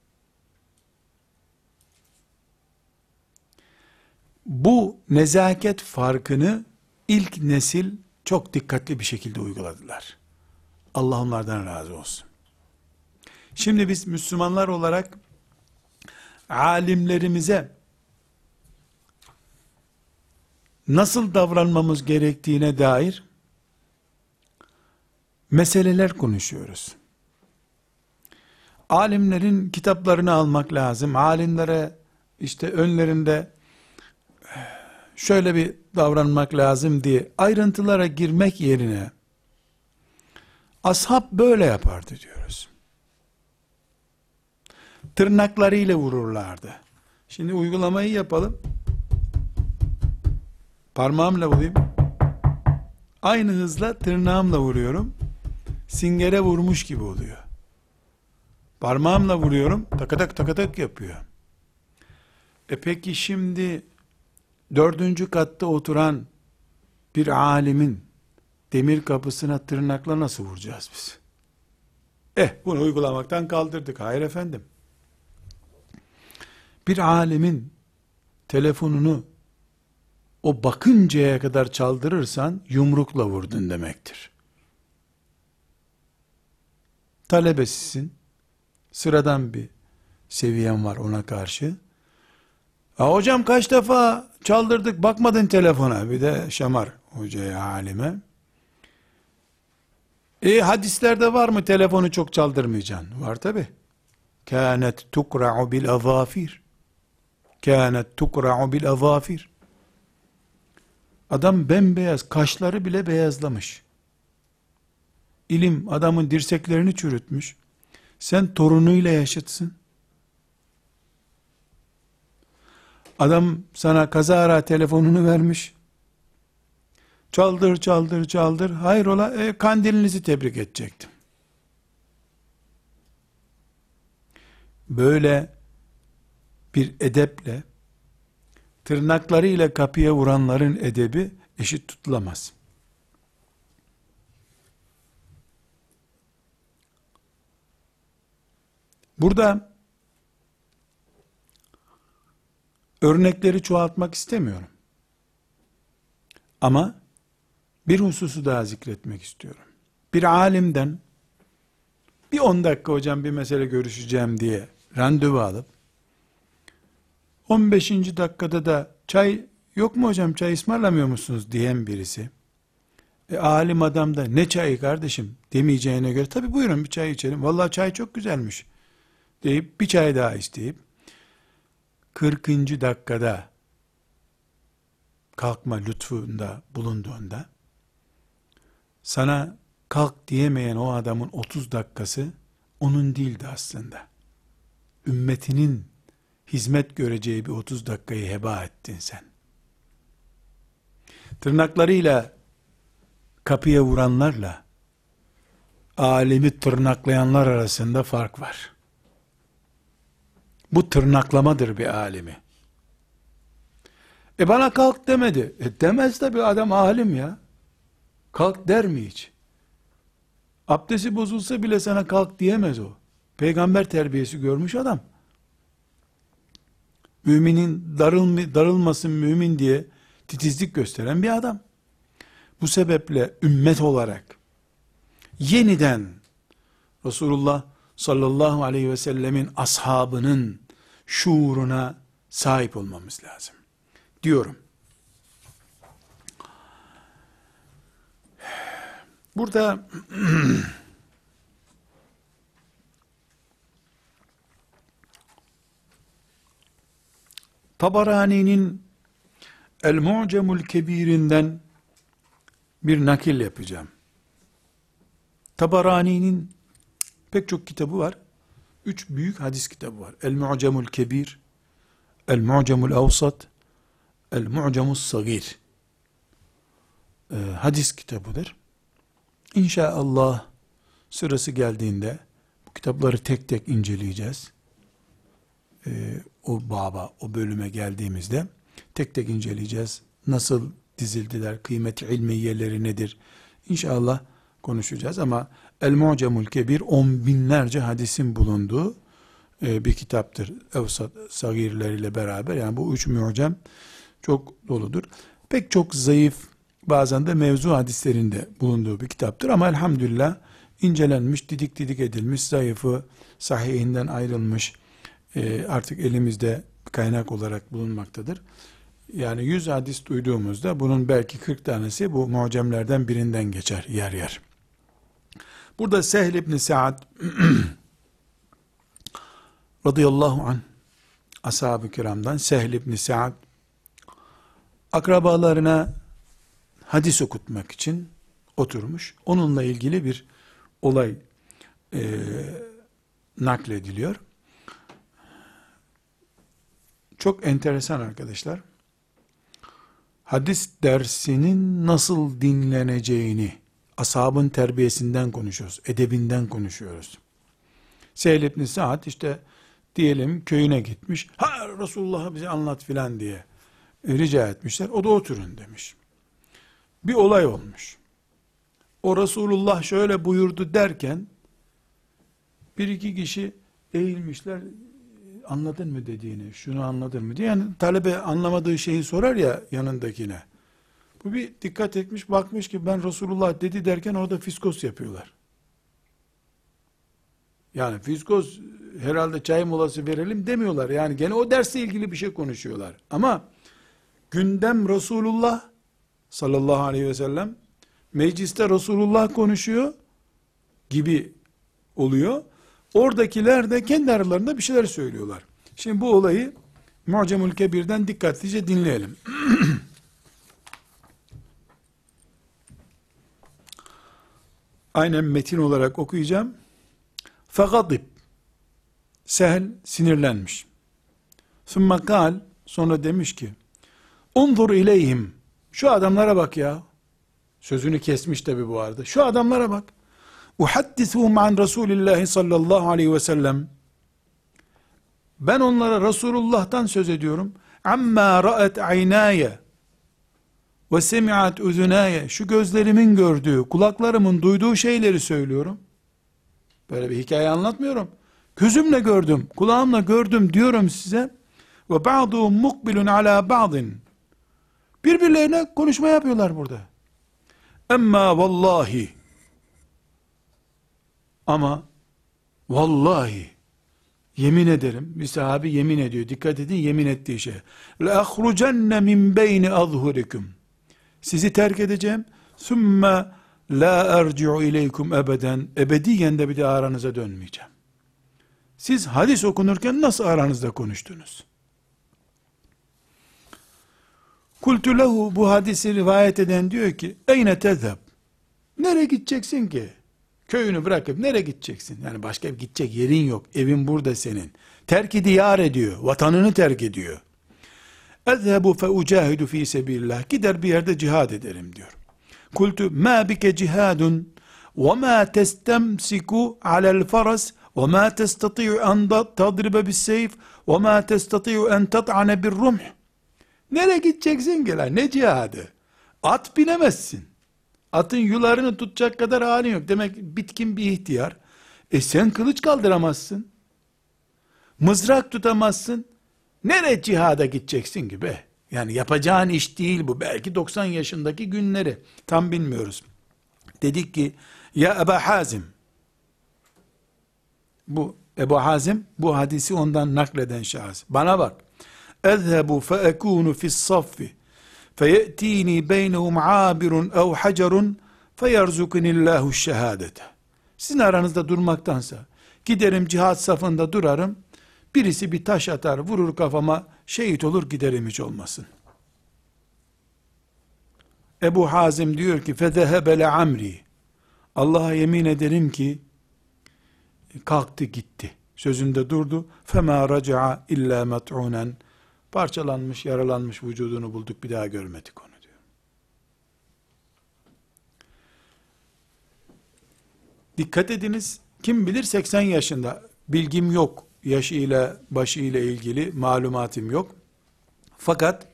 Bu nezaket farkını ilk nesil çok dikkatli bir şekilde uyguladılar. Allah onlardan razı olsun. Şimdi biz Müslümanlar olarak alimlerimize nasıl davranmamız gerektiğine dair meseleler konuşuyoruz. Alimlerin kitaplarını almak lazım. Alimlere işte önlerinde şöyle bir davranmak lazım diye ayrıntılara girmek yerine ashab böyle yapardı diyoruz. Tırnaklarıyla vururlardı. Şimdi uygulamayı yapalım. Parmağımla vurayım. Aynı hızla tırnağımla vuruyorum. Singere vurmuş gibi oluyor. Parmağımla vuruyorum. Takatak takatak yapıyor. Peki şimdi 4. katta oturan bir alimin demir kapısına tırnakla nasıl vuracağız biz? Bunu uygulamaktan kaldırdık. Hayır efendim. Bir alimin telefonunu o bakıncaya kadar çaldırırsan yumrukla vurdun demektir. Talebesisin. Sıradan bir seviyen var ona karşı. Hocam kaç defa çaldırdık bakmadın telefona. Bir de şamar hocaya, alime. Hadislerde var mı telefonu çok çaldırmayacaksın? Var tabi. Kânet tukra'u bil azafir. Kânet tukra'u bil azafir. Adam bembeyaz, kaşları bile beyazlamış. İlim adamın dirseklerini çürütmüş. Sen torunuyla yaşıtsın. Adam sana kazara telefonunu vermiş. Çaldır çaldır çaldır. Hayrola kandilinizi tebrik edecektim. Böyle bir edeple tırnaklarıyla kapıya vuranların edebi eşit tutulamaz. Burada örnekleri çoğaltmak istemiyorum. Ama bir hususu daha zikretmek istiyorum. Bir alimden bir 10 dakika hocam bir mesele görüşeceğim diye randevu alıp 15. dakikada da çay yok mu hocam, çay ısmarlamıyor musunuz diyen birisi, alim adam da ne çayı kardeşim demeyeceğine göre, tabi buyurun bir çay içelim, vallahi çay çok güzelmiş deyip bir çay daha isteyip 40. dakikada kalkma lütfunda bulunduğunda sana kalk diyemeyen o adamın 30 dakikası onun değildi aslında. ümmetinin hizmet göreceği bir 30 dakikayı heba ettin sen. Tırnaklarıyla kapıya vuranlarla alemi tırnaklayanlar arasında fark var. Bu tırnaklamadır bir alimi. Bana kalk demedi. Demez tabi, adam alim ya. Kalk der mi hiç? Abdesti bozulsa bile sana kalk diyemez o. Peygamber terbiyesi görmüş adam. Müminin darılmasın mümin diye titizlik gösteren bir adam. Bu sebeple ümmet olarak yeniden Resulullah sallallahu aleyhi ve sellemin ashabının şuuruna sahip olmamız lazım diyorum. Burada Tabarani'nin El-Mu'cemul Kebir'inden bir nakil yapacağım. Tabarani'nin pek çok kitabı var. 3 büyük hadis kitabı var. El-Mu'cemul Kebir, El-Mu'cemul Avsat, El-Mu'cemus Sagir. Hadis kitabıdır. İnşallah sırası geldiğinde bu kitapları tek tek inceleyeceğiz. O baba, o bölüme geldiğimizde tek tek inceleyeceğiz. Nasıl dizildiler, kıymet-i ilmiyeleri nedir? İnşallah konuşacağız ama El-Mu'cemul Kebir 10 binlerce hadisin bulunduğu bir kitaptır. Evsat sagirleriyle beraber, yani bu 3 mu'cem çok doludur. Pek çok zayıf, bazen de mevzu hadislerinde bulunduğu bir kitaptır ama elhamdülillah incelenmiş, didik didik edilmiş, zayıfı sahihinden ayrılmış, artık elimizde kaynak olarak bulunmaktadır. Yani 100 hadis duyduğumuzda bunun belki 40 tanesi bu mucemlerden birinden geçer yer yer. Burada Sehl ibn Sa'd radıyallahu anh, ashab-ı kiramdan Sehl ibn Sa'd akrabalarına hadis okutmak için oturmuş. Onunla ilgili bir olay naklediliyor. Çok enteresan arkadaşlar. Hadis dersinin nasıl dinleneceğini, ashabın terbiyesinden konuşuyoruz, edebinden konuşuyoruz. Sehl ibn Sa'd işte diyelim köyüne gitmiş. Resulullah'ı bize anlat filan diye rica etmişler. O da oturun demiş. Bir olay olmuş. O Resulullah şöyle buyurdu derken bir iki kişi eğilmişler. Anladın mı dediğini, şunu anladın mı diye. Yani talebe anlamadığı şeyi sorar ya yanındakine. Bu bir dikkat etmiş, bakmış ki ben Resulullah dedi derken orada fiskos yapıyorlar. Yani fiskos herhalde çay molası verelim demiyorlar. Yani gene o dersle ilgili bir şey konuşuyorlar. Ama gündem Resulullah sallallahu aleyhi ve sellem, mecliste Resulullah konuşuyor gibi oluyor. Oradakiler de kendi aralarında bir şeyler söylüyorlar. Şimdi bu olayı Mu'cemul Kebir'den dikkatlice dinleyelim. Aynen metin olarak okuyacağım. Fegadib. Sehl sinirlenmiş. Sümme kal, sonra demiş ki, unzur ileyhim. Şu adamlara bak ya. Sözünü kesmiş tabi bu arada. Şu adamlara bak. Uhaddisuhum an Resulillahi sallallahu aleyhi ve sellem. Ben onlara Resulullah'tan söz ediyorum. Amma ra'et aynaya ve semi'at uzunaya. Şu gözlerimin gördüğü, kulaklarımın duyduğu şeyleri söylüyorum. Böyle bir hikaye anlatmıyorum. Gözümle gördüm, kulağımla gördüm diyorum size. Ve ba'duhum mukbilun ala ba'din. Birbirlerine konuşma yapıyorlar burada. Emma vallahi, ama vallahi, yemin ederim, bir sahabi yemin ediyor, dikkat edin yemin ettiği şey. لَاَخْرُجَنَّ مِنْ بَيْنِ اَظْهُرِكُمْ. Sizi terk edeceğim. ثُمَّ لَا اَرْجِعُ اِلَيْكُمْ ebeden. Ebediyen de bir de aranıza dönmeyeceğim. Siz hadis okunurken nasıl aranızda konuştunuz? Kultu lehu, bu hadisi rivayet eden diyor ki, eyne tezheb. Nereye gideceksin ki? Köyünü bırakıp nereye gideceksin? Yani başka gidecek yerin yok. Evin burada senin. Terk-i diyar ediyor. Vatanını terk ediyor. اَذْهَبُ فَاُجَاهِدُ ف۪ي سَب۪يلِ اللّٰهِ Gider bir yerde cihad ederim diyor. Kultu مَا بِكَ جِهَادٌ وَمَا تَسْتَمْسِكُ عَلَى الْفَرَسِ وَمَا تَسْتَطِيعُ أَنْ تَضْرِبَ بِالسَّيْفِ وَمَا تَسْتَطِيعُ أَنْ تَطْعَنَ بِالرُّمْحِ Nereye gideceksin ki lan? Ne cihadı? At binemezsin. Atın yularını tutacak kadar halin yok. Demek bitkin bir ihtiyar. Sen kılıç kaldıramazsın. Mızrak tutamazsın. Nereye cihada gideceksin ki be? Yani yapacağın iş değil bu. Belki 90 yaşındaki günleri. Tam bilmiyoruz. Dedik ki ya Ebu Hazim, bu Ebu Hazim bu hadisi ondan nakleden şahıs. Bana bak. اَذْهَبُ فَاَكُونُ فِي الصَّفِّ فَيَأْتِينِي بَيْنَهُمْ عَابِرٌ اَوْ حَجَرٌ فَيَرْزُقُنِ اللّٰهُ الشَّهَادَةَ Sizin aranızda durmaktansa giderim cihat safında durarım. Birisi bir taş atar, vurur kafama, şehit olur giderim hiç olmasın. Ebu Hazim diyor ki فَذَهَبَ لَعَمْرِي Allah'a yemin ederim ki kalktı gitti. Sözünde durdu. فَمَا رَجَعَ اِلَّا مَطْعُونًا Parçalanmış, yaralanmış vücudunu bulduk, bir daha görmedik onu diyor. Dikkat ediniz, kim bilir 80 yaşında, bilgim yok, yaşıyla, başıyla ilgili malumatım yok. Fakat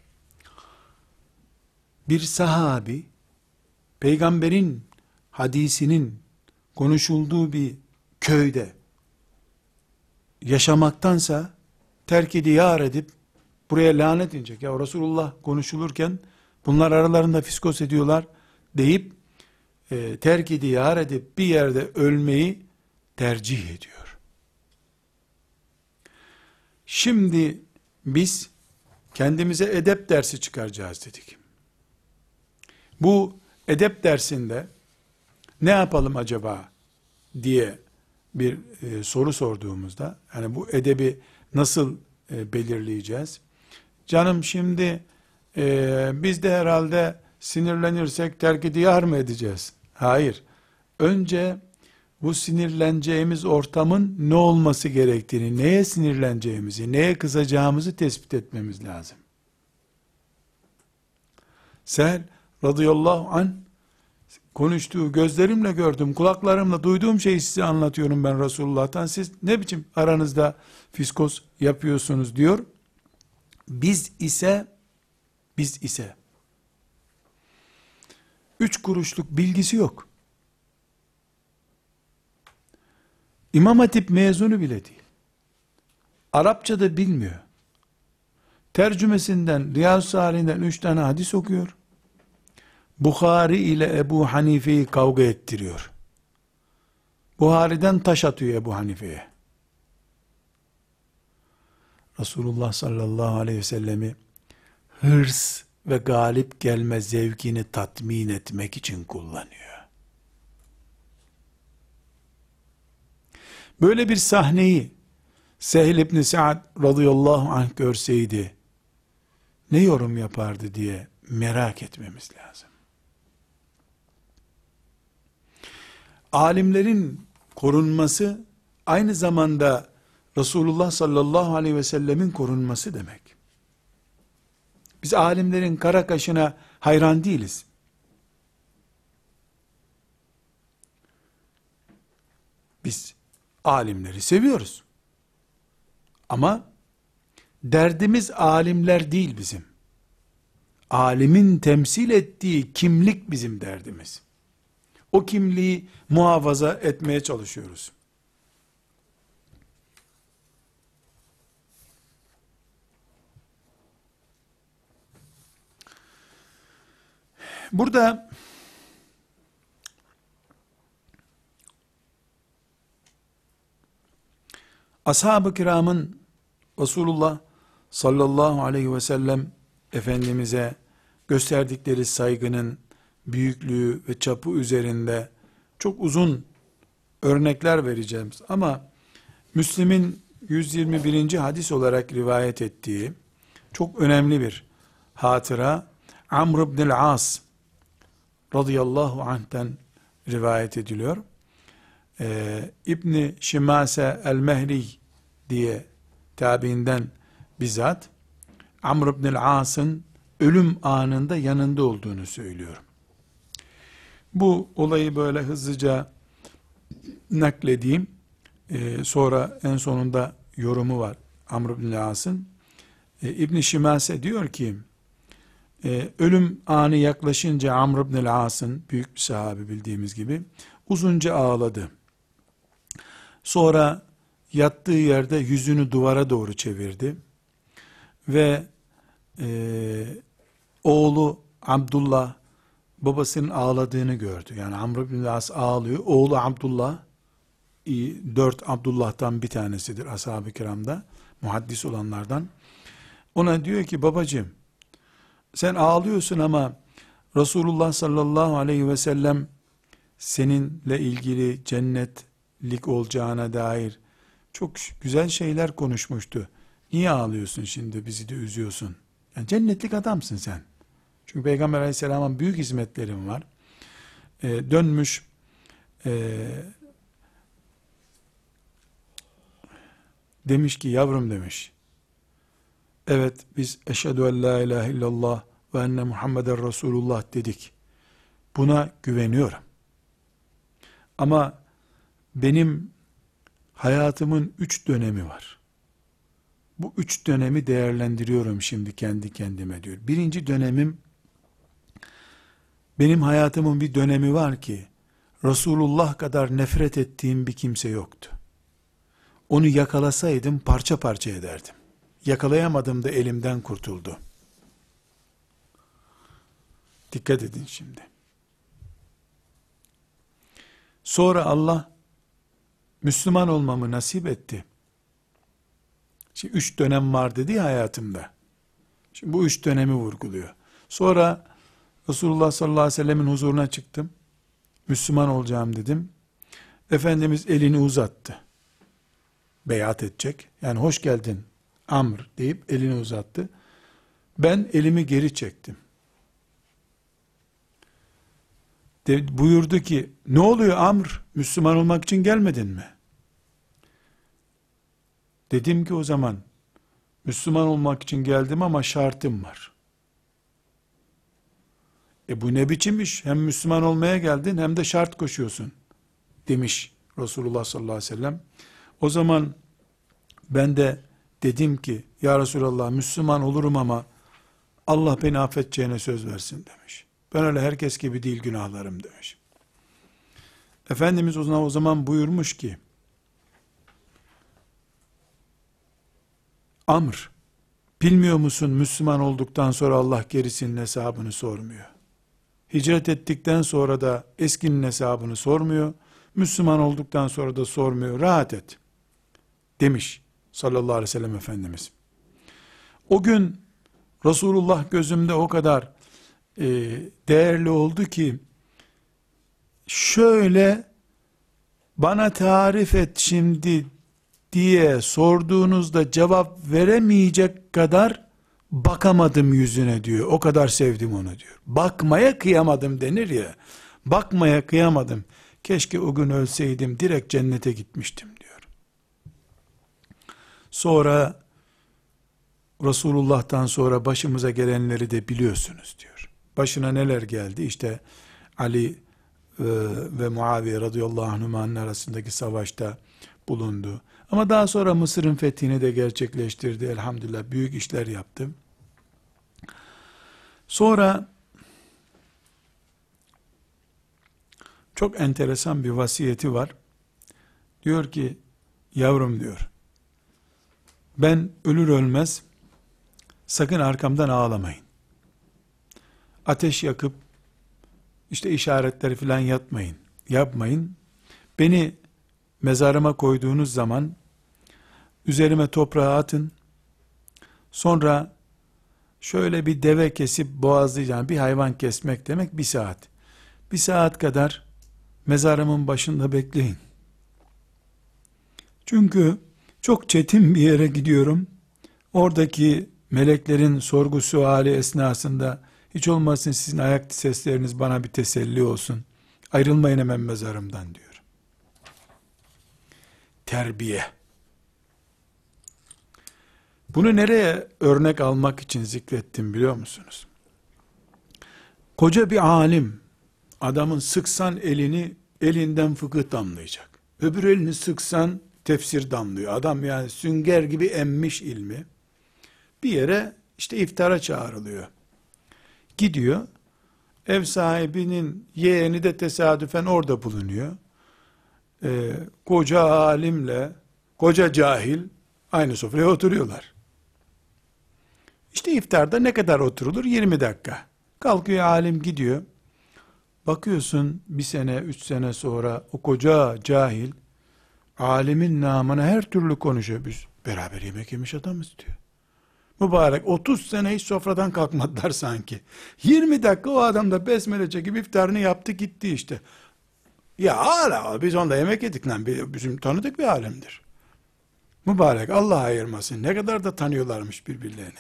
bir sahabi, peygamberin hadisinin konuşulduğu bir köyde yaşamaktansa terk-i diyar edip buraya lanet inecek. Ya Resulullah konuşulurken bunlar aralarında fiskos ediyorlar deyip terk-i diyar edip bir yerde ölmeyi tercih ediyor. Şimdi biz kendimize edep dersi çıkaracağız dedik. Bu edep dersinde ne yapalım acaba diye bir soru sorduğumuzda, yani bu edebi nasıl belirleyeceğiz? Canım şimdi biz de herhalde sinirlenirsek terk-i diyar mı edeceğiz? Hayır. Önce bu sinirleneceğimiz ortamın ne olması gerektiğini, neye sinirleneceğimizi, neye kızacağımızı tespit etmemiz lazım. Sehl radıyallahu anh konuştuğu, gözlerimle gördüm, kulaklarımla duyduğum şeyi size anlatıyorum ben Resulullah'tan. Siz ne biçim aranızda fiskos yapıyorsunuz diyor. Biz ise 3 kuruşluk bilgisi yok. İmam Hatip mezunu bile değil. Arapça da bilmiyor. Tercümesinden, Riyaz-ı Salih'inden 3 tane hadis okuyor. Bukhari ile Ebu Hanife'yi kavga ettiriyor. Buhari'den taş atıyor Ebu Hanife'ye. Resulullah sallallahu aleyhi ve sellemi hırs ve galip gelme zevkini tatmin etmek için kullanıyor. Böyle bir sahneyi Sehl ibn Sa'd radıyallahu anh görseydi ne yorum yapardı diye merak etmemiz lazım. Alimlerin korunması aynı zamanda Resulullah sallallahu aleyhi ve sellemin korunması demek. Biz alimlerin kara kaşına hayran değiliz. Biz alimleri seviyoruz. Ama derdimiz alimler değil bizim. Alimin temsil ettiği kimlik bizim derdimiz. O kimliği muhafaza etmeye çalışıyoruz. Burada ashab-ı kiramın Resulullah sallallahu aleyhi ve sellem Efendimiz'e gösterdikleri saygının büyüklüğü ve çapı üzerinde çok uzun örnekler vereceğim. Ama Müslim'in 121. hadis olarak rivayet ettiği çok önemli bir hatıra, Amr ibn-i As radıyallahu anh'ten rivayet ediliyor. İbn-i Şimase el-Mehri diye tabiinden bizzat, Amr ibn el-As'ın ölüm anında yanında olduğunu söylüyorum. Bu olayı böyle hızlıca nakledeyim. Sonra en sonunda yorumu var Amr ibn el-As'ın. İbn-i Şimase diyor ki, ölüm anı yaklaşınca Amr ibn el-As'ın, büyük bir sahabe bildiğimiz gibi, uzunca ağladı. Sonra yattığı yerde yüzünü duvara doğru çevirdi ve oğlu Abdullah babasının ağladığını gördü. Yani Amr ibn As ağlıyor. Oğlu Abdullah, 4 Abdullah'tan bir tanesidir ashab-ı kiramda, muhaddis olanlardan. Ona diyor ki, babacığım sen ağlıyorsun ama Resulullah sallallahu aleyhi ve sellem seninle ilgili cennetlik olacağına dair çok güzel şeyler konuşmuştu. Niye ağlıyorsun şimdi, bizi de üzüyorsun? Yani cennetlik adamsın sen. Çünkü Peygamber aleyhisselama büyük hizmetlerin var. Dönmüş, demiş ki, yavrum demiş, evet biz eşhedü en la ilahe illallah ve enne Muhammeden Resulullah dedik. Buna güveniyorum. Ama benim hayatımın 3 dönemi var. Bu 3 dönemi değerlendiriyorum şimdi kendi kendime diyor. Birinci dönemim, benim hayatımın bir dönemi var ki Resulullah kadar nefret ettiğim bir kimse yoktu. Onu yakalasaydım parça parça ederdim. Yakalayamadım da elimden kurtuldu. Dikkat edin şimdi. Sonra Allah Müslüman olmamı nasip etti. Şimdi 3 dönem var dedi ya hayatımda. Şimdi bu 3 dönemi vurguluyor. Sonra Resulullah sallallahu aleyhi ve sellemin huzuruna çıktım. Müslüman olacağım dedim. Efendimiz elini uzattı. Beyat edecek. Yani hoş geldin Amr deyip elini uzattı. Ben elimi geri çektim. Buyurdu ki, ne oluyor Amr? Müslüman olmak için gelmedin mi? Dedim ki o zaman, Müslüman olmak için geldim ama şartım var. Bu ne biçim iş? Hem Müslüman olmaya geldin hem de şart koşuyorsun demiş Resulullah sallallahu aleyhi ve sellem. O zaman ben de dedim ki, ya Resulallah Müslüman olurum ama Allah beni affedeceğine söz versin demiş. Ben öyle herkes gibi değil günahlarım demiş. Efendimiz o zaman buyurmuş ki, Amr, bilmiyor musun Müslüman olduktan sonra Allah gerisinin hesabını sormuyor. Hicret ettikten sonra da eskinin hesabını sormuyor. Müslüman olduktan sonra da sormuyor. Rahat et demiş sallallahu aleyhi ve sellem Efendimiz. O gün Resulullah gözümde o kadar değerli oldu ki, şöyle bana tarif et şimdi diye sorduğunuzda cevap veremeyecek kadar bakamadım yüzüne diyor. O kadar sevdim onu diyor. Bakmaya kıyamadım denir ya. Bakmaya kıyamadım. Keşke o gün ölseydim, direkt cennete gitmiştim diyor. Sonra Resulullah'tan sonra başımıza gelenleri de biliyorsunuz diyor. Başına neler geldi? İşte Ali ve Muaviye radıyallahu anhuma'nın arasındaki savaşta bulundu. Ama daha sonra Mısır'ın fethini de gerçekleştirdi. Elhamdülillah büyük işler yaptı. Sonra çok enteresan bir vasiyeti var. Diyor ki, yavrum diyor, ben ölür ölmez sakın arkamdan ağlamayın. Ateş yakıp işte işaretleri filan yapmayın. Beni mezarıma koyduğunuz zaman üzerime toprağı atın. Sonra şöyle bir deve kesip boğazlayacağım. Bir hayvan kesmek demek 1 saat. 1 saat kadar mezarımın başında bekleyin. Çünkü çok çetin bir yere gidiyorum. Oradaki meleklerin sorgu suali esnasında hiç olmazsa sizin ayak sesleriniz bana bir teselli olsun. Ayrılmayın hemen mezarımdan diyor. Terbiye. Bunu nereye örnek almak için zikrettim biliyor musunuz? Koca bir alim, adamın sıksan elini, elinden fıkıh damlayacak. Öbür elini sıksan tefsir damlıyor. Adam yani sünger gibi emmiş ilmi. Bir yere işte iftara çağrılıyor. Gidiyor. Ev sahibinin yeğeni de tesadüfen orada bulunuyor. Koca alimle koca cahil aynı sofraya oturuyorlar. İşte iftarda ne kadar oturulur? 20 dakika. Kalkıyor alim gidiyor. Bakıyorsun bir sene, 3 sene sonra o koca cahil alimin namına her türlü konuşuyor. Biz beraber yemek yemiş adamız diyor. Mübarek 30 sene hiç sofradan kalkmadılar sanki. 20 dakika o adam da besmele çekip iftarını yaptı gitti işte. Ya hala biz onda yemek yedik lan, bizim tanıdık bir alemdir. Mübarek Allah ayırmasın, ne kadar da tanıyorlarmış birbirlerini.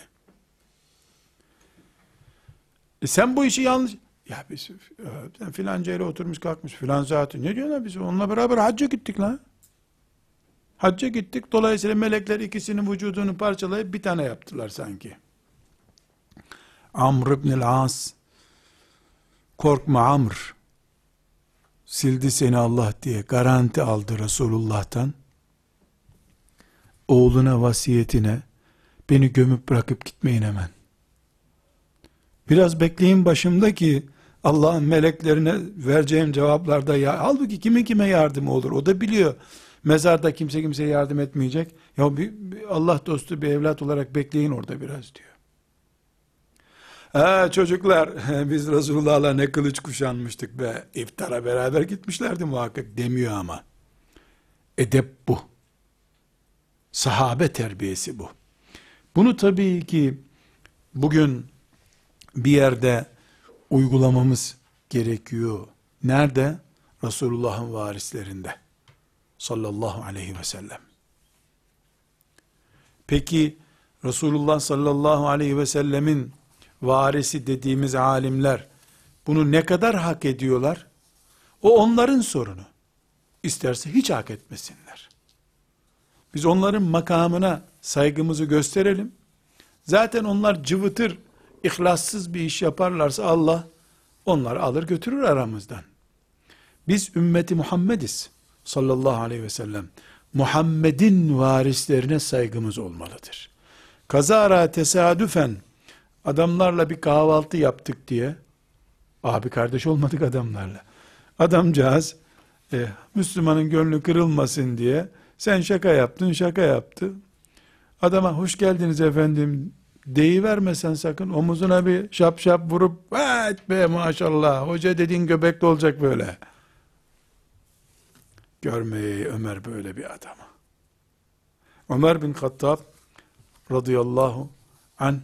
Sen bu işi yanlış, ya biz filanca yere oturmuş kalkmış filan zaten, ne diyorlar, biz onunla beraber hacca gittik lan. Hacca gittik, dolayısıyla melekler ikisinin vücudunu parçalayıp bir tane yaptılar sanki. Amr ibn-i As, korkma Amr, sildi seni Allah diye garanti aldı Resulullah'tan. Oğluna vasiyetine, beni gömüp bırakıp gitmeyin hemen. Biraz bekleyin başımda ki Allah'ın meleklerine vereceğim cevaplarda ya, halbuki kimin kime yardımı olur o da biliyor. Mezarda kimse kimseye yardım etmeyecek. Ya bir Allah dostu bir evlat olarak bekleyin orada biraz diyor. Çocuklar biz Resulullah'la ne kılıç kuşanmıştık be, iftara beraber gitmişlerdi muhakkak demiyor ama. Edep bu. Sahabe terbiyesi bu. Bunu tabii ki bugün bir yerde uygulamamız gerekiyor. Nerede? Resulullah'ın varislerinde. Sallallahu aleyhi ve sellem. Peki Resulullah sallallahu aleyhi ve sellemin varisi dediğimiz alimler bunu ne kadar hak ediyorlar? O onların sorunu. İsterse hiç hak etmesinler. Biz onların makamına saygımızı gösterelim. Zaten onlar cıvıtır, ihlassız bir iş yaparlarsa Allah onları alır götürür aramızdan. Biz ümmeti Muhammediz sallallahu aleyhi ve sellem. Muhammed'in varislerine saygımız olmalıdır. Kazara tesadüfen adamlarla bir kahvaltı yaptık diye, abi kardeş olmadık adamlarla. Adamcağız Müslümanın gönlü kırılmasın diye sen şaka yaptın, şaka yaptı. Adama hoş geldiniz efendim deyivermesen sakın, omuzuna bir şap şap vurup evet be maşallah hoca dediğin göbekli olacak böyle. Görmeyi Ömer böyle bir adamı. Ömer bin Hattab radıyallahu anh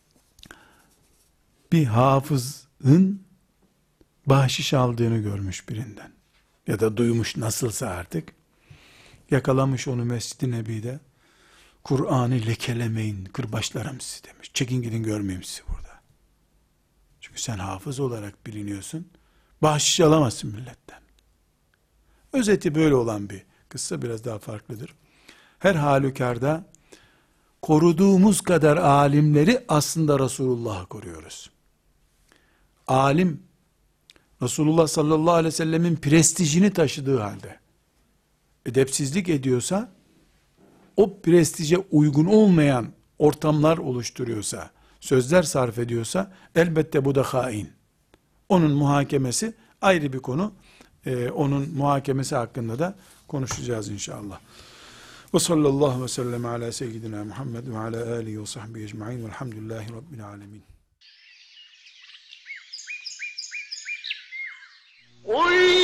bir hafızın bahşiş aldığını görmüş birinden. Ya da duymuş nasılsa artık. Yakalamış onu Mescid-i Nebi'de. Kur'an'ı lekelemeyin, kırbaçlarım sizi demiş. Çekin gidin görmeyeyim sizi burada. Çünkü sen hafız olarak biliniyorsun. Bahşiş alamazsın milletten. Özeti böyle olan bir kıssa, biraz daha farklıdır. Her halükarda koruduğumuz kadar alimleri aslında Resulullah'ı koruyoruz. Alim, Resulullah sallallahu aleyhi ve sellemin prestijini taşıdığı halde edepsizlik ediyorsa, o prestije uygun olmayan ortamlar oluşturuyorsa, sözler sarf ediyorsa, elbette bu da hain. Onun muhakemesi ayrı bir konu. Onun muhakemesi hakkında da konuşacağız inşallah. Ve sallallahu ve sellem ala seyyidina Muhammed ve ala alihi ve sahbihi ecma'in velhamdülillahi rabbil alemin. Oy!